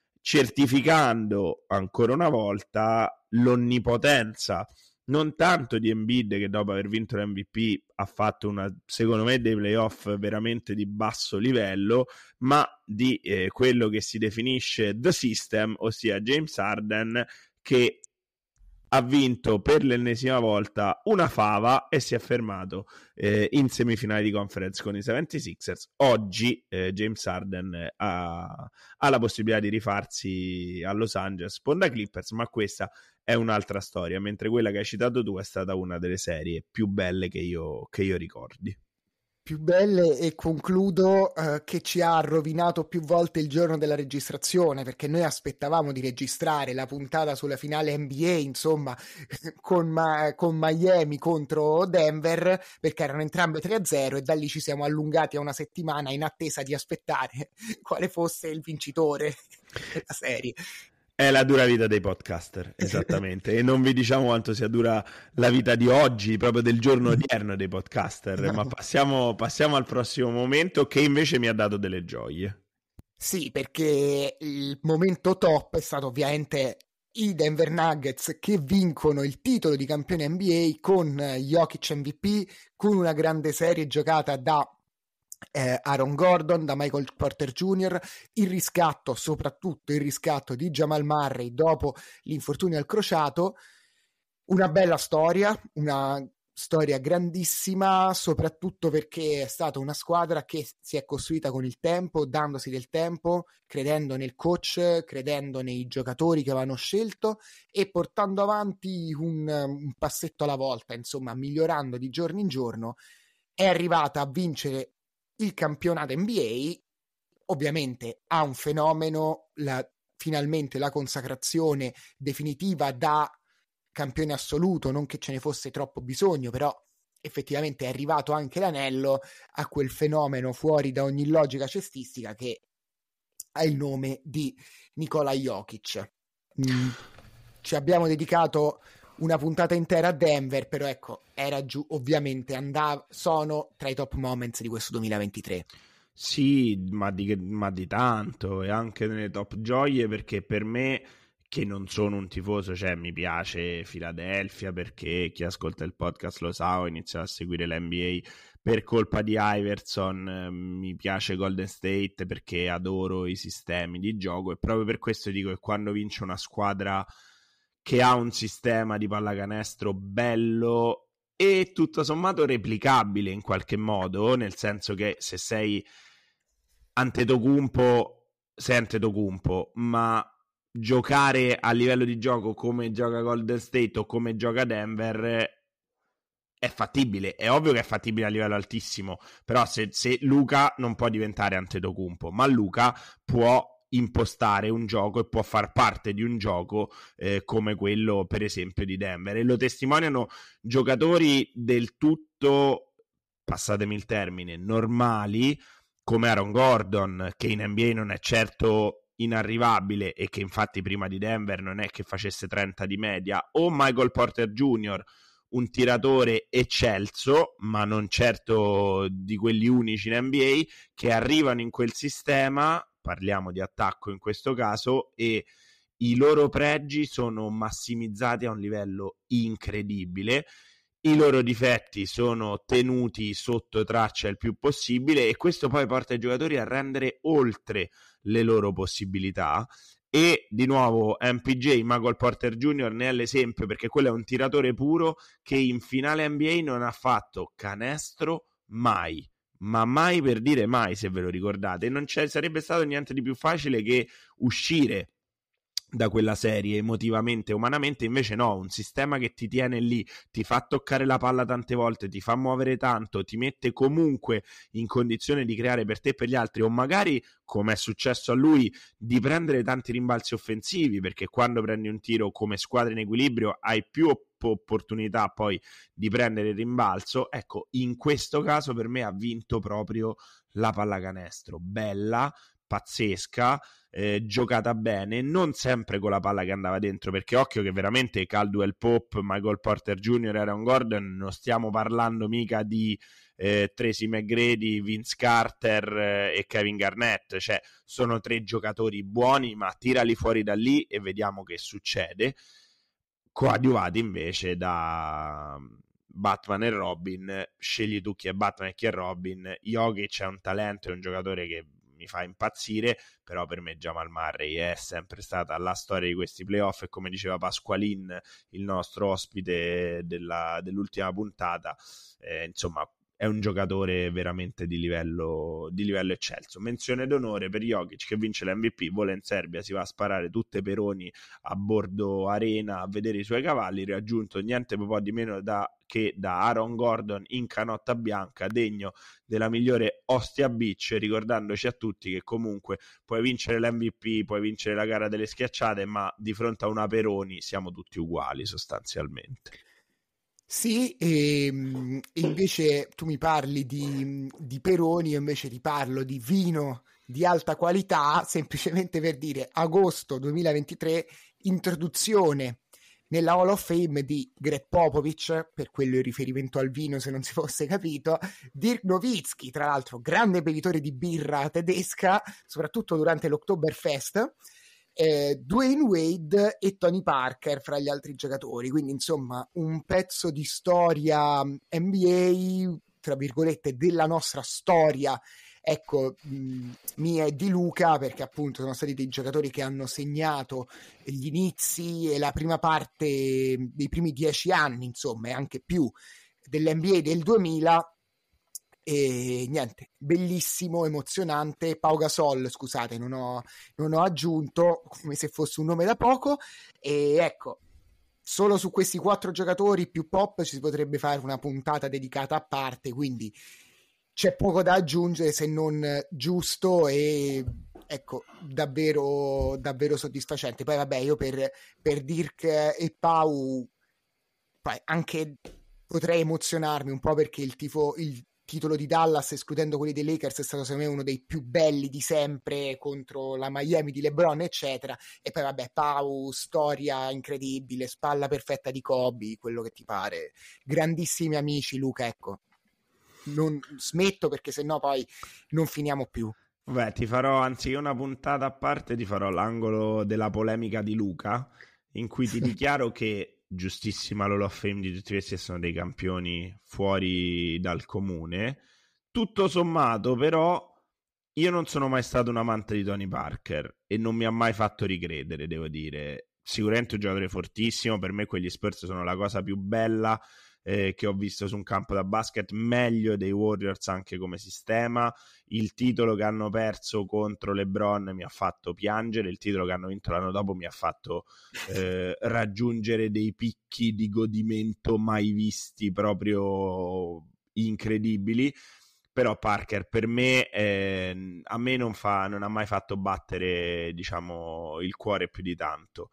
certificando ancora una volta l'onnipotenza non tanto di Embiid, che dopo aver vinto l'MVP ha fatto secondo me dei playoff veramente di basso livello, ma di quello che si definisce The System, ossia James Harden, che ha vinto per l'ennesima volta una fava e si è fermato in semifinale di conference con i 76ers. Oggi James Harden ha la possibilità di rifarsi a Los Angeles, sponda Clippers, ma questa è un'altra storia, mentre quella che hai citato tu è stata una delle serie più belle che io ricordi. Più belle, e concludo che ci ha rovinato più volte il giorno della registrazione, perché noi aspettavamo di registrare la puntata sulla finale NBA, insomma, con Miami contro Denver, perché erano entrambe 3-0, e da lì ci siamo allungati a una settimana in attesa di aspettare quale fosse il vincitore della serie. È la dura vita dei podcaster, esattamente. E non vi diciamo quanto sia dura la vita di oggi, proprio del giorno odierno dei podcaster, no. Ma passiamo al prossimo momento, che invece mi ha dato delle gioie. Sì, perché il momento top è stato ovviamente i Denver Nuggets, che vincono il titolo di campione NBA con Jokic MVP, con una grande serie giocata da Aaron Gordon, da Michael Porter Jr., soprattutto il riscatto di Jamal Murray dopo l'infortunio al crociato. Una bella storia, una storia grandissima, soprattutto perché è stata una squadra che si è costruita con il tempo, dandosi del tempo, credendo nel coach, credendo nei giocatori che avevano scelto e portando avanti un passetto alla volta, insomma, migliorando di giorno in giorno. È arrivata a vincere il campionato NBA, ovviamente ha un fenomeno, finalmente la consacrazione definitiva da campione assoluto, non che ce ne fosse troppo bisogno, però effettivamente è arrivato anche l'anello a quel fenomeno fuori da ogni logica cestistica che ha il nome di Nikola Jokic. Ci abbiamo dedicato una puntata intera a Denver, però ecco, era giù, ovviamente sono tra i top moments di questo 2023. Sì, ma di tanto, e anche nelle top gioie, perché per me, che non sono un tifoso, cioè mi piace Philadelphia, perché chi ascolta il podcast lo sa, ho iniziato a seguire l'NBA per colpa di Iverson, mi piace Golden State perché adoro i sistemi di gioco, e proprio per questo dico che quando vince una squadra che ha un sistema di pallacanestro bello e tutto sommato replicabile in qualche modo, nel senso che se sei Antetokounmpo, sei Antetokounmpo, ma giocare a livello di gioco come gioca Golden State o come gioca Denver è fattibile. È ovvio che è fattibile a livello altissimo, però se Luka non può diventare Antetokounmpo, ma Luka può impostare un gioco e può far parte di un gioco come quello per esempio di Denver, e lo testimoniano giocatori del tutto, passatemi il termine, normali, come Aaron Gordon, che in NBA non è certo inarrivabile e che infatti prima di Denver non è che facesse 30 di media, o Michael Porter Jr., un tiratore eccelso, ma non certo di quelli unici in NBA, che arrivano in quel sistema, parliamo di attacco in questo caso, e i loro pregi sono massimizzati a un livello incredibile, i loro difetti sono tenuti sotto traccia il più possibile, e questo poi porta i giocatori a rendere oltre le loro possibilità. E di nuovo MPJ, Michael Porter Jr. ne è l'esempio, perché quello è un tiratore puro che in finale NBA non ha fatto canestro mai, ma mai per dire mai, se ve lo ricordate. Non sarebbe stato niente di più facile che uscire da quella serie emotivamente, umanamente. Invece no, un sistema che ti tiene lì, ti fa toccare la palla tante volte, ti fa muovere tanto, ti mette comunque in condizione di creare per te e per gli altri, o magari, come è successo a lui, di prendere tanti rimbalzi offensivi, perché quando prendi un tiro come squadra in equilibrio hai più opportunità poi di prendere il rimbalzo. Ecco, in questo caso per me ha vinto proprio la pallacanestro, bella, pazzesca, giocata bene, non sempre con la palla che andava dentro, perché occhio che veramente Caldwell Pope, Michael Porter Jr., Aaron Gordon, non stiamo parlando mica di Tracy McGrady, Vince Carter e Kevin Garnett, cioè sono tre giocatori buoni, ma tirali fuori da lì e vediamo che succede, coadiuvati invece da Batman e Robin. Scegli tu chi è Batman e chi è Robin. Jokic è un talento, è un giocatore che mi fa impazzire, però per me Jamal Murray è sempre stata la storia di questi playoff, e come diceva Pasqualin, il nostro ospite dell'ultima puntata, insomma è un giocatore veramente di livello eccelso. Menzione d'onore per Jokic, che vince l'MVP, vola in Serbia, si va a sparare tutte peroni a bordo arena a vedere i suoi cavalli, raggiunto niente po' di meno che da Aaron Gordon in canotta bianca, degno della migliore Ostia Beach, ricordandoci a tutti che comunque puoi vincere l'MVP, puoi vincere la gara delle schiacciate, ma di fronte a una Peroni siamo tutti uguali sostanzialmente. Sì, e invece tu mi parli di Peroni, io invece ti parlo di vino di alta qualità, semplicemente per dire agosto 2023, introduzione nella Hall of Fame di Greg Popovich, per quello il riferimento al vino se non si fosse capito, Dirk Nowitzki, tra l'altro grande bevitore di birra tedesca, soprattutto durante l'Oktoberfest, Dwayne Wade e Tony Parker fra gli altri giocatori, quindi insomma un pezzo di storia NBA tra virgolette, della nostra storia, ecco, mia e di Luca, perché appunto sono stati dei giocatori che hanno segnato gli inizi e la prima parte dei primi 10 anni, insomma, e anche più, dell'NBA del 2000. E niente, bellissimo, emozionante. Pau Gasol, scusate, non ho aggiunto, come se fosse un nome da poco. E ecco, solo su questi 4 giocatori più pop ci si potrebbe fare una puntata dedicata a parte, quindi c'è poco da aggiungere se non giusto e ecco, davvero davvero soddisfacente. Poi vabbè, io per Dirk e Pau poi anche potrei emozionarmi un po', perché il titolo di Dallas, escludendo quelli dei Lakers, è stato secondo me uno dei più belli di sempre contro la Miami di LeBron, eccetera. E poi vabbè, Pau, storia incredibile, spalla perfetta di Kobe, quello che ti pare. Grandissimi amici, Luca, ecco. Non smetto perché sennò poi non finiamo più. Beh, ti farò, anziché una puntata a parte, ti farò l'angolo della polemica di Luca, in cui ti dichiaro che giustissima l'Hall of Fame di tutti questi, sono dei campioni fuori dal comune. Tutto sommato, però, io non sono mai stato un amante di Tony Parker e non mi ha mai fatto ricredere, devo dire. Sicuramente un giocatore fortissimo, per me quegli Spurs sono la cosa più bella che ho visto su un campo da basket, meglio dei Warriors anche come sistema. Il titolo che hanno perso contro LeBron mi ha fatto piangere, il titolo che hanno vinto l'anno dopo mi ha fatto raggiungere dei picchi di godimento mai visti, proprio incredibili. Però Parker per me a me non ha mai fatto battere, diciamo, il cuore più di tanto.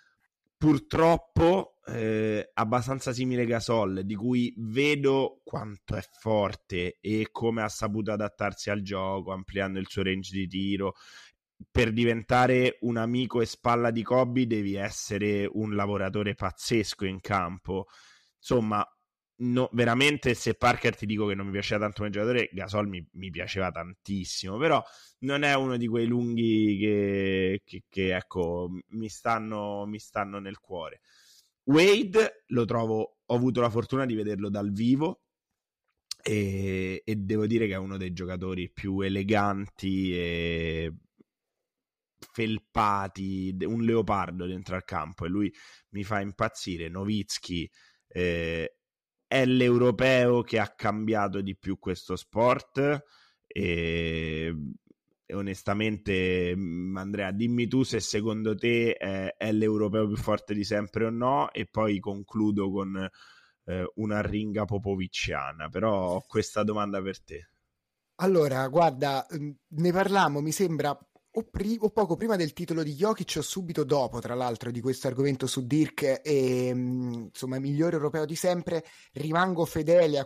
Purtroppo abbastanza simile Gasol, di cui vedo quanto è forte e come ha saputo adattarsi al gioco, ampliando il suo range di tiro. Per diventare un amico e spalla di Kobe devi essere un lavoratore pazzesco in campo. Insomma, no, veramente, se Parker ti dico che non mi piaceva tanto come giocatore, Gasol mi piaceva tantissimo, però non è uno di quei lunghi che ecco, mi stanno nel cuore. Wade lo trovo, ho avuto la fortuna di vederlo dal vivo e devo dire che è uno dei giocatori più eleganti e felpati, un leopardo dentro al campo, e lui mi fa impazzire. Nowitzki è l'europeo che ha cambiato di più questo sport e onestamente, Andrea, dimmi tu se secondo te è l'europeo più forte di sempre o no, e poi concludo con una ringa popoviciana, però ho questa domanda per te. Allora, guarda, ne parlammo, mi sembra, o poco prima del titolo di Jokic o subito dopo, tra l'altro, di questo argomento su Dirk e insomma, migliore europeo di sempre. Rimango fedele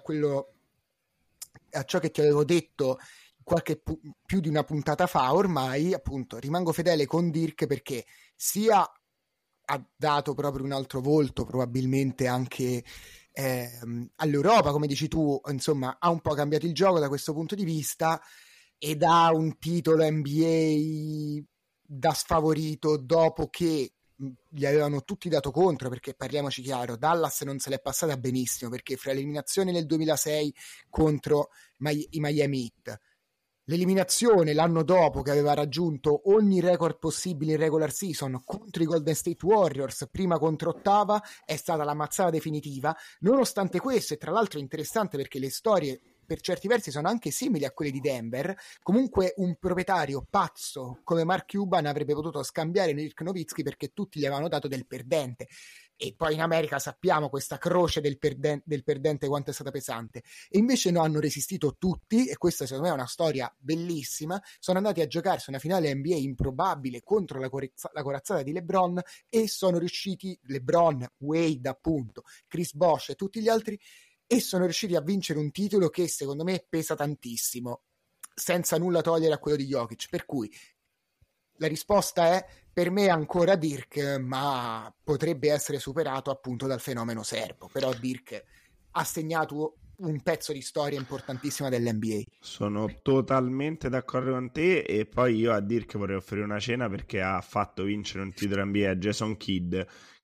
a ciò che ti avevo detto più di una puntata fa ormai, appunto, rimango fedele con Dirk perché sia ha dato proprio un altro volto, probabilmente anche all'Europa, come dici tu, insomma, ha un po' cambiato il gioco da questo punto di vista, ed ha un titolo NBA da sfavorito dopo che gli avevano tutti dato contro, perché parliamoci chiaro, Dallas non se l'è passata benissimo, perché fra l'eliminazione nel 2006 contro i Miami Heat, l'eliminazione l'anno dopo che aveva raggiunto ogni record possibile in regular season contro i Golden State Warriors, prima contro ottava, è stata la mazzata definitiva. Nonostante questo, e tra l'altro è interessante perché le storie per certi versi sono anche simili a quelle di Denver, comunque un proprietario pazzo come Mark Cuban avrebbe potuto scambiare Dirk Nowitzki perché tutti gli avevano dato del perdente. E poi in America sappiamo questa croce del perdente quanto è stata pesante, e invece no, hanno resistito tutti, e questa secondo me è una storia bellissima. Sono andati a giocarsi una finale NBA improbabile contro la corazzata di LeBron, e sono riusciti, LeBron, Wade appunto, Chris Bosh e tutti gli altri, e sono riusciti a vincere un titolo che secondo me pesa tantissimo, senza nulla togliere a quello di Jokic. Per cui la risposta è, per me ancora Dirk, ma potrebbe essere superato appunto dal fenomeno serbo. Però Dirk ha segnato un pezzo di storia importantissima dell'NBA. Sono totalmente d'accordo con te, e poi io a Dirk vorrei offrire una cena perché ha fatto vincere un titolo NBA a Jason Kidd,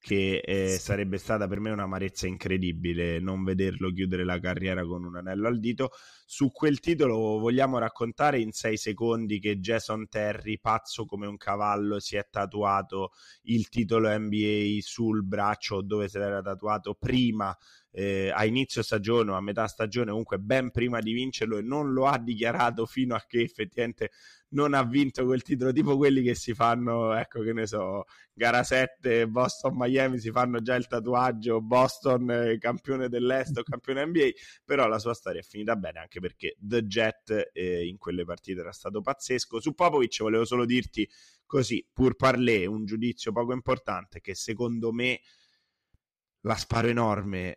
che sarebbe stata per me un'amarezza incredibile non vederlo chiudere la carriera con un anello al dito. Su quel titolo vogliamo raccontare in 6 secondi che Jason Terry, pazzo come un cavallo, si è tatuato il titolo NBA sul braccio, dove se l'era tatuato prima, a inizio stagione o a metà stagione, comunque ben prima di vincerlo, e non lo ha dichiarato fino a che effettivamente non ha vinto quel titolo, tipo quelli che si fanno, ecco, che ne so, gara 7 Boston-Miami, si fanno già il tatuaggio Boston campione dell'Est o campione NBA. Però la sua storia è finita bene, anche perché The Jet in quelle partite era stato pazzesco. Su Popovic volevo solo dirti così, pur parler, un giudizio poco importante, che secondo me la sparo enorme,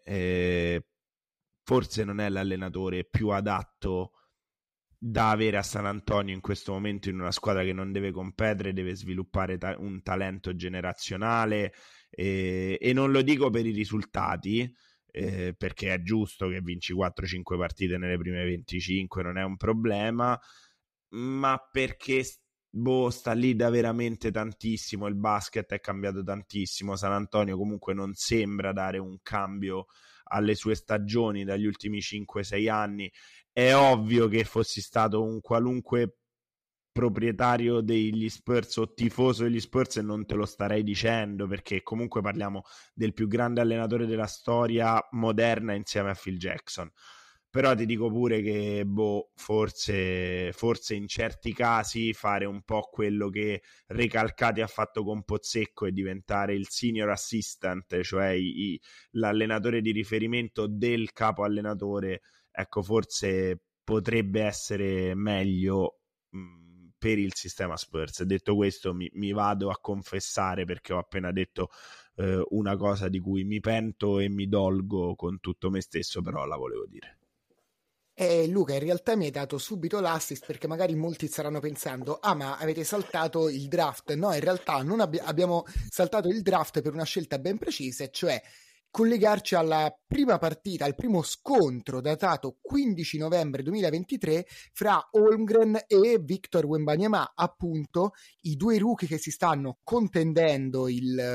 forse non è l'allenatore più adatto da avere a San Antonio in questo momento, in una squadra che non deve competere, deve sviluppare un talento generazionale, e non lo dico per i risultati, perché è giusto che vinci 4-5 partite nelle prime 25, non è un problema, ma perché sta lì da veramente tantissimo. Il basket è cambiato tantissimo, San Antonio comunque non sembra dare un cambio alle sue stagioni dagli ultimi 5-6 anni. È ovvio che fossi stato un qualunque proprietario degli Spurs o tifoso degli Spurs e non te lo starei dicendo, perché comunque parliamo del più grande allenatore della storia moderna insieme a Phil Jackson. Però ti dico pure che forse in certi casi fare un po' quello che Recalcati ha fatto con Pozzecco e diventare il senior assistant, cioè l'allenatore di riferimento del capo allenatore, ecco, forse potrebbe essere meglio per il sistema Spurs. Detto questo, mi vado a confessare, perché ho appena detto una cosa di cui mi pento e mi dolgo con tutto me stesso, però la volevo dire. Luca, in realtà mi hai dato subito l'assist, perché magari molti staranno pensando: ah, ma avete saltato il draft. No, in realtà non abbiamo saltato il draft per una scelta ben precisa, cioè collegarci alla prima partita, al primo scontro datato 15 novembre 2023 fra Holmgren e Victor Wembanyama, appunto i due rookie che si stanno contendendo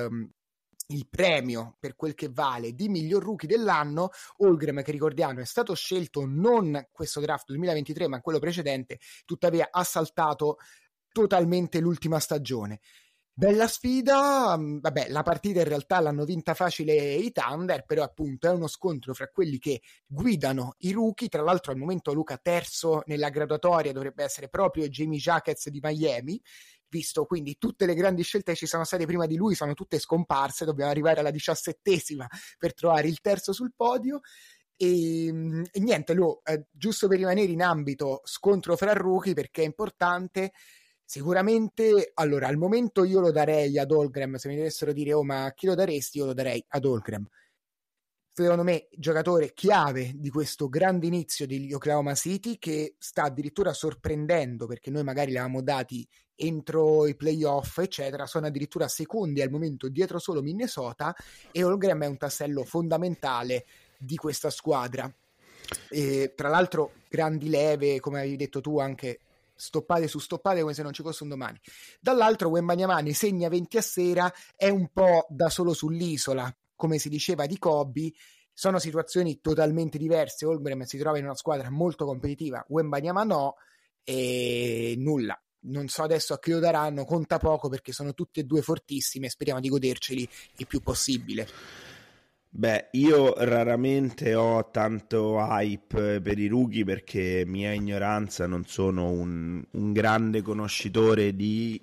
il premio, per quel che vale, di miglior rookie dell'anno. Holmgren, che ricordiamo è stato scelto non questo draft 2023 ma quello precedente, tuttavia ha saltato totalmente l'ultima stagione. Bella sfida, vabbè, la partita in realtà l'hanno vinta facile i Thunder, però appunto è uno scontro fra quelli che guidano i rookie. Tra l'altro al momento Luca terzo nella graduatoria dovrebbe essere proprio Jamie Jackets di Miami, visto quindi tutte le grandi scelte che ci sono state prima di lui sono tutte scomparse, dobbiamo arrivare alla 17ª per trovare il terzo sul podio. E niente, giusto per rimanere in ambito scontro fra rookie, perché è importante. Sicuramente, allora, al momento io lo darei ad Holmgren. Se mi dovessero dire: oh, ma chi lo daresti? Io lo darei ad Holmgren. Secondo me, giocatore chiave di questo grande inizio degli Oklahoma City, che sta addirittura sorprendendo, perché noi magari li avevamo dati entro i playoff, eccetera. Sono addirittura secondi al momento, dietro solo Minnesota, e Holmgren è un tassello fondamentale di questa squadra. E, tra l'altro, grandi leve, come avevi detto tu, anche stoppate su stoppate come se non ci fosse un domani. Dall'altro Wembanyama ne segna 20 a sera, è un po' da solo sull'isola, come si diceva di Kobe. Sono situazioni totalmente diverse. Holmgren si trova in una squadra molto competitiva, Wembanyama no, e nulla. Non so adesso a chi lo daranno, conta poco, perché sono tutti e due fortissimi e speriamo di goderceli il più possibile. Beh, io raramente ho tanto hype per i rookie, perché mia ignoranza, non sono un grande conoscitore di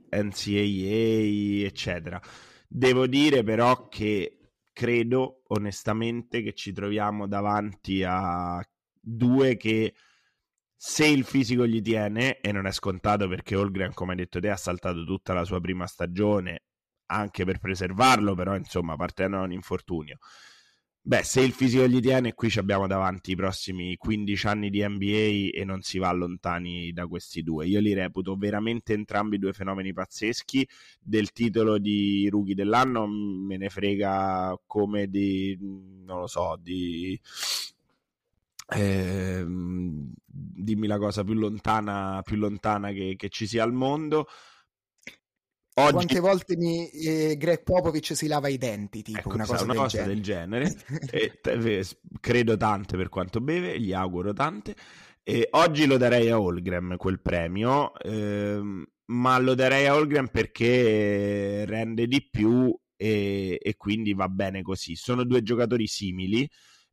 NCAA, eccetera. Devo dire però che credo onestamente che ci troviamo davanti a due che, se il fisico gli tiene, e non è scontato perché Holmgren, come hai detto te, ha saltato tutta la sua prima stagione anche per preservarlo, però insomma partendo da un infortunio. Beh, se il fisico gli tiene, qui ci abbiamo davanti i prossimi 15 anni di NBA e non si va lontani da questi due. Io li reputo veramente entrambi due fenomeni pazzeschi. Del titolo di rookie dell'anno me ne frega come di, non lo so, dimmi la cosa più lontana che ci sia al mondo. Quante volte Greg Popovich si lava i denti, tipo, ecco, una cosa del genere. Credo tante per quanto beve, gli auguro tante. Oggi lo darei a Holmgren quel premio, ma lo darei a Holmgren perché rende di più e quindi va bene così. Sono due giocatori simili.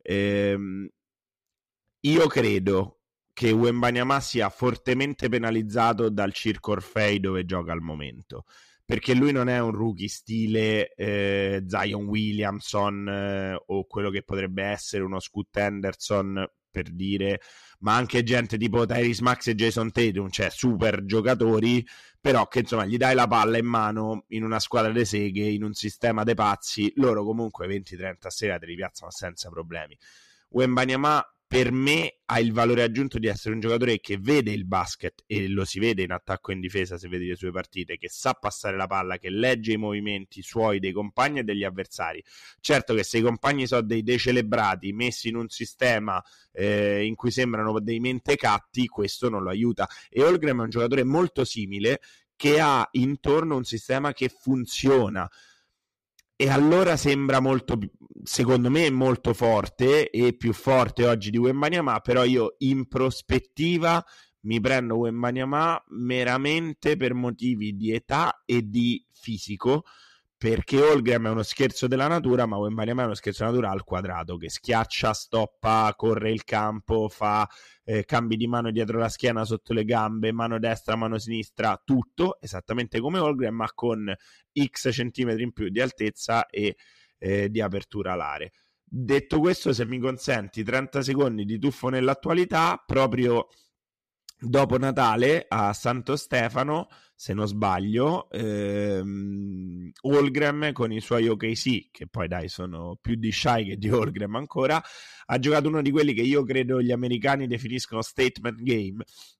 Io credo che Wembanyama sia fortemente penalizzato dal Circo Orfei dove gioca al momento, perché lui non è un rookie stile Zion Williamson o quello che potrebbe essere uno Scoot Henderson, per dire, ma anche gente tipo Tyrese Max e Jason Tatum, cioè super giocatori, però che insomma gli dai la palla in mano in una squadra de seghe, in un sistema de pazzi, loro comunque 20-30 a sera te li piazzano senza problemi. Wembanyama per me ha il valore aggiunto di essere un giocatore che vede il basket, e lo si vede in attacco e in difesa se vedi le sue partite, che sa passare la palla, che legge i movimenti suoi, dei compagni e degli avversari. Certo che se i compagni sono dei decelebrati messi in un sistema in cui sembrano dei mentecatti, questo non lo aiuta. E Holmgren è un giocatore molto simile, che ha intorno un sistema che funziona, e allora sembra molto, secondo me, molto forte, e più forte oggi di Wembanyama. Però io in prospettiva mi prendo Wembanyama meramente per motivi di età e di fisico, perché Holmgren è uno scherzo della natura, ma Wembanyama è uno scherzo della natura al quadrato, che schiaccia, stoppa, corre il campo, fa cambi di mano dietro la schiena, sotto le gambe, mano destra, mano sinistra, tutto esattamente come Holmgren, ma con X centimetri in più di altezza e di apertura alare. Detto questo, se mi consenti 30 secondi di tuffo nell'attualità, proprio dopo Natale a Santo Stefano, se non sbaglio, Holmgren con i suoi OKC, che poi dai sono più di Shai che di Holmgren ancora, ha giocato uno di quelli che io credo gli americani definiscono statement game,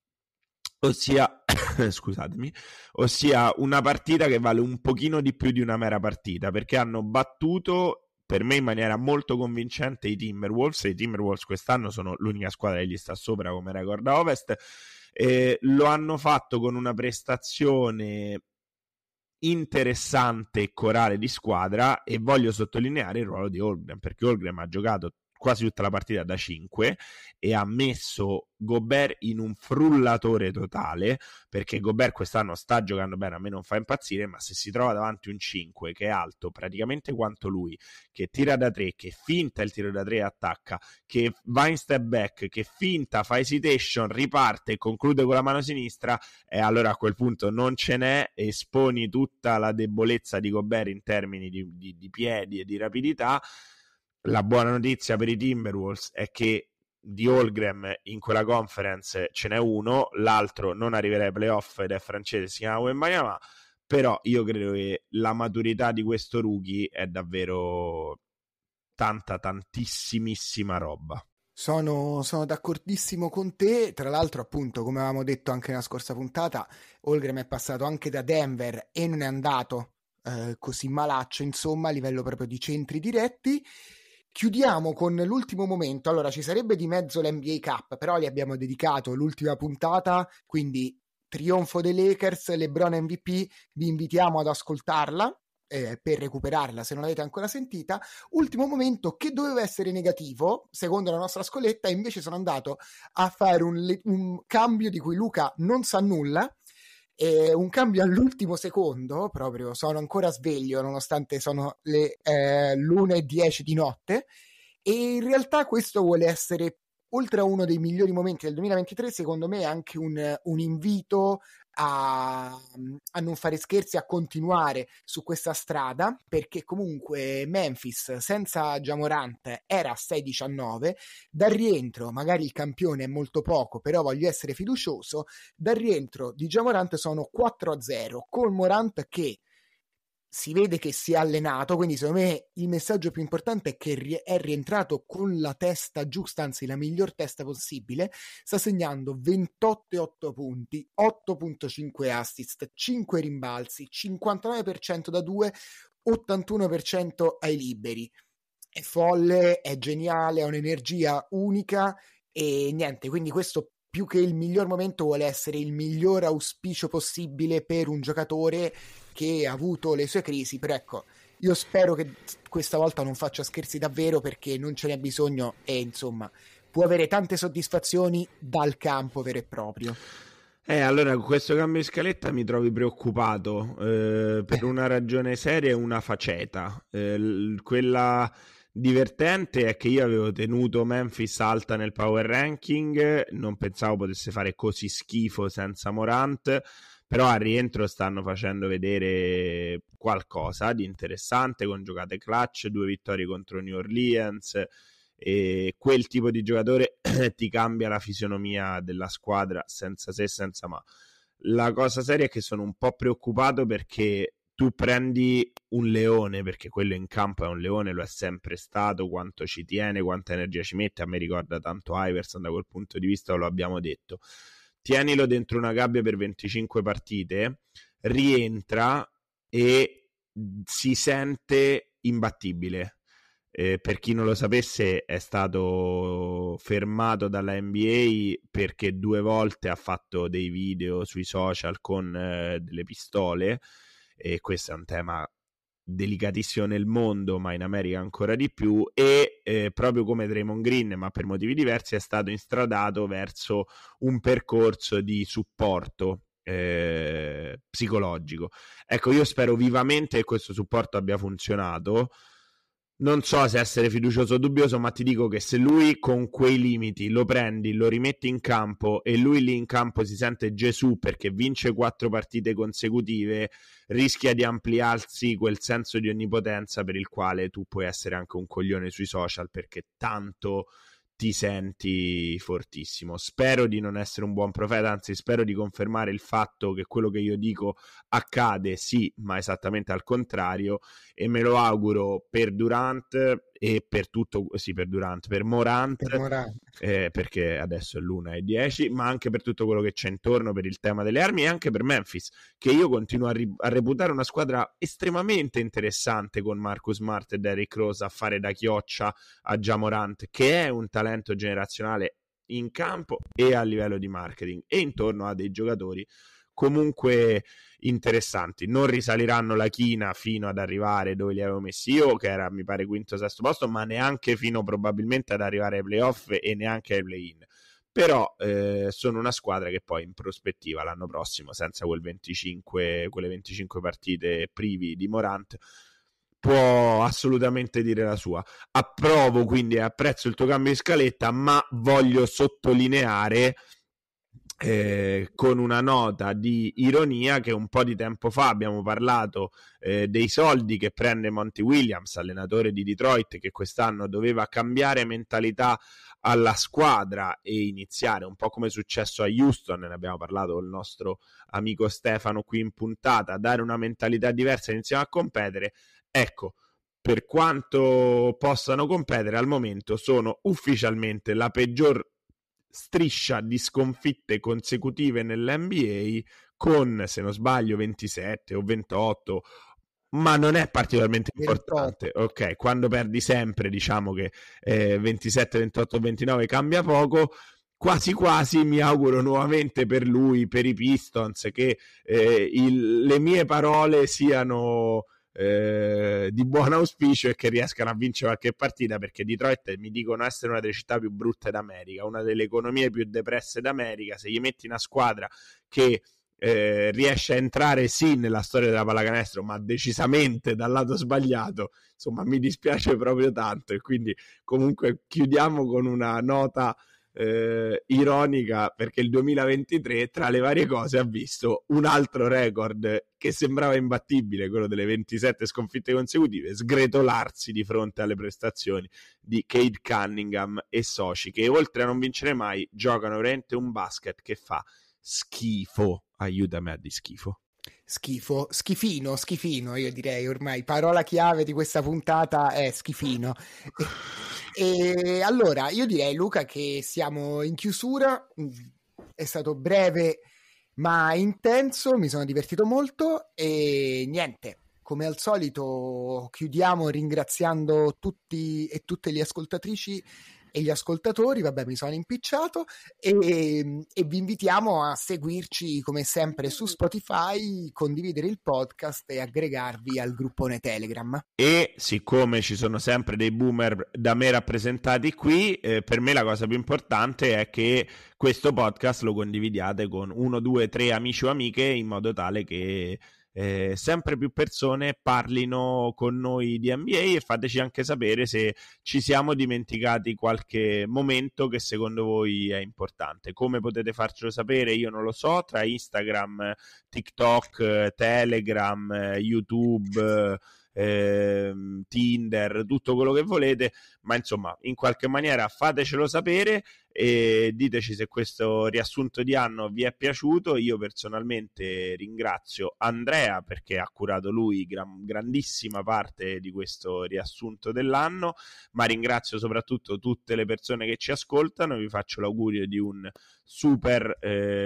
ossia scusatemi, ossia una partita che vale un pochino di più di una mera partita, perché hanno battuto per me in maniera molto convincente i Timberwolves. I Timberwolves quest'anno sono l'unica squadra che gli sta sopra come record a Ovest. Lo hanno fatto con una prestazione interessante e corale di squadra, e voglio sottolineare il ruolo di Holmgren, perché Holmgren ha giocato quasi tutta la partita da 5 e ha messo Gobert in un frullatore totale, perché Gobert quest'anno sta giocando bene, a me non fa impazzire, ma se si trova davanti un 5 che è alto praticamente quanto lui, che tira da 3, che finta il tiro da 3 e attacca, che va in step back, che finta, fa hesitation, riparte e conclude con la mano sinistra, e allora a quel punto non ce n'è, esponi tutta la debolezza di Gobert in termini di piedi e di rapidità. La buona notizia per i Timberwolves è che di Holmgren in quella conference ce n'è uno, l'altro non arriverà ai playoff ed è francese, si chiama Wembanyama, però io credo che la maturità di questo rookie è davvero tantissimissima roba. Sono d'accordissimo con te. Tra l'altro, appunto, come avevamo detto anche nella scorsa puntata, Holmgren è passato anche da Denver e non è andato così malaccio, insomma, a livello proprio di centri diretti. Chiudiamo con l'ultimo momento. Allora, ci sarebbe di mezzo l'NBA Cup, però gli abbiamo dedicato l'ultima puntata, quindi trionfo dei Lakers, LeBron MVP, vi invitiamo ad ascoltarla per recuperarla se non l'avete ancora sentita. Ultimo momento che doveva essere negativo secondo la nostra scoletta, invece sono andato a fare un cambio di cui Luca non sa nulla, un cambio all'ultimo secondo, proprio sono ancora sveglio nonostante sono le 1:10 di notte, e in realtà questo vuole essere, oltre a uno dei migliori momenti del 2023, secondo me anche un invito a non fare scherzi, a continuare su questa strada, perché comunque Memphis senza Ja Morant era a 6-19, dal rientro magari il campione è molto poco, però voglio essere fiducioso, dal rientro di Ja Morant sono 4-0, con Morant che si vede che si è allenato, quindi secondo me il messaggio più importante è che è rientrato con la testa giusta, anzi la miglior testa possibile, sta segnando 28,8 punti, 8,5 assist, 5 rimbalzi, 59% da 2, 81% ai liberi. È folle, è geniale, ha un'energia unica e niente, quindi questo più che il miglior momento vuole essere il miglior auspicio possibile per un giocatore che ha avuto le sue crisi, però ecco, io spero che questa volta non faccia scherzi davvero, perché non ce n'è bisogno e insomma può avere tante soddisfazioni dal campo vero e proprio. Allora, con questo cambio di scaletta mi trovi preoccupato per una ragione seria e una faceta. Quella divertente è che io avevo tenuto Memphis alta nel power ranking, non pensavo potesse fare così schifo senza Morant, però al rientro stanno facendo vedere qualcosa di interessante con giocate clutch, 2 vittorie contro New Orleans, e quel tipo di giocatore ti cambia la fisionomia della squadra senza se senza ma. La cosa seria è che sono un po' preoccupato perché tu prendi un leone, perché quello in campo è un leone, lo è sempre stato, quanto ci tiene, quanta energia ci mette, a me ricorda tanto Iverson da quel punto di vista, lo abbiamo detto. Tienilo dentro una gabbia per 25 partite, rientra e si sente imbattibile. Per chi non lo sapesse, è stato fermato dalla NBA perché 2 volte ha fatto dei video sui social con delle pistole, e questo è un tema delicatissimo nel mondo, ma in America ancora di più, e proprio come Draymond Green, ma per motivi diversi, è stato instradato verso un percorso di supporto psicologico. Ecco, io spero vivamente che questo supporto abbia funzionato. Non so se essere fiducioso o dubbioso, ma ti dico che se lui con quei limiti lo prendi, lo rimetti in campo e lui lì in campo si sente Gesù perché vince 4 partite consecutive, rischia di ampliarsi quel senso di onnipotenza per il quale tu puoi essere anche un coglione sui social perché tanto ti senti fortissimo. Spero di non essere un buon profeta, anzi spero di confermare il fatto che quello che io dico accade, sì, ma esattamente al contrario, e me lo auguro per Durant e per tutto, sì, per Durant, per Morant, perché adesso è l'1:10, ma anche per tutto quello che c'è intorno, per il tema delle armi, e anche per Memphis, che io continuo a reputare una squadra estremamente interessante con Marcus Smart e Derrick Rose a fare da chioccia a Ja Morant, che è un talento generazionale in campo e a livello di marketing, e intorno a dei giocatori comunque interessanti. Non risaliranno la china fino ad arrivare dove li avevo messi io, che era mi pare quinto sesto posto, ma neanche fino probabilmente ad arrivare ai playoff e neanche ai play-in. Però sono una squadra che poi in prospettiva l'anno prossimo, senza quelle 25 partite privi di Morant, può assolutamente dire la sua. Approvo quindi e apprezzo il tuo cambio di scaletta, ma voglio sottolineare con una nota di ironia che un po' di tempo fa abbiamo parlato dei soldi che prende Monty Williams, allenatore di Detroit, che quest'anno doveva cambiare mentalità alla squadra e iniziare un po' come è successo a Houston, ne abbiamo parlato con il nostro amico Stefano qui in puntata, dare una mentalità diversa e iniziare a competere. Ecco, per quanto possano competere, al momento sono ufficialmente la peggior striscia di sconfitte consecutive nell'NBA, con, se non sbaglio, 27 o 28, ma non è particolarmente importante. Ok, quando perdi sempre, diciamo che 27, 28, 29 cambia poco. Quasi quasi mi auguro nuovamente per lui, per i Pistons, che le mie parole siano di buon auspicio e che riescano a vincere qualche partita, perché Detroit mi dicono essere una delle città più brutte d'America, una delle economie più depresse d'America. Se gli metti una squadra che riesce a entrare sì nella storia della pallacanestro, ma decisamente dal lato sbagliato, insomma mi dispiace proprio tanto. E quindi comunque chiudiamo con una nota ironica, perché il 2023 tra le varie cose ha visto un altro record che sembrava imbattibile, quello delle 27 sconfitte consecutive, sgretolarsi di fronte alle prestazioni di Cade Cunningham e soci, che oltre a non vincere mai giocano veramente un basket che fa schifo. Aiutami a di schifo. Schifino, io direi ormai. Parola chiave di questa puntata è schifino. E allora, io direi, Luca, che siamo in chiusura. È stato breve ma intenso, mi sono divertito molto e niente, come al solito chiudiamo ringraziando tutti e tutte le ascoltatrici e gli ascoltatori, vabbè mi sono impicciato, e vi invitiamo a seguirci come sempre su Spotify, condividere il podcast e aggregarvi al gruppone Telegram. E siccome ci sono sempre dei boomer da me rappresentati qui, per me la cosa più importante è che questo podcast lo condividiate con 1, 2, 3 amici o amiche, in modo tale che sempre più persone parlino con noi di NBA, e fateci anche sapere se ci siamo dimenticati qualche momento che secondo voi è importante. Come potete farcelo sapere? Io non lo so, tra Instagram, TikTok, Telegram, YouTube, Tinder, tutto quello che volete, ma insomma in qualche maniera fatecelo sapere e diteci se questo riassunto di anno vi è piaciuto. Io personalmente ringrazio Andrea perché ha curato lui grandissima parte di questo riassunto dell'anno, ma ringrazio soprattutto tutte le persone che ci ascoltano. Vi faccio l'augurio di un super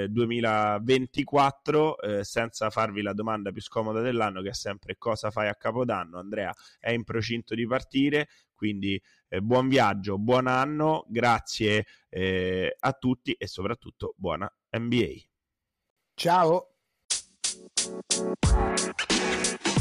2024, senza farvi la domanda più scomoda dell'anno, che è sempre cosa fai a Capodanno. Andrea è in procinto di partire, quindi buon viaggio, buon anno, grazie a tutti e soprattutto buona NBA. Ciao!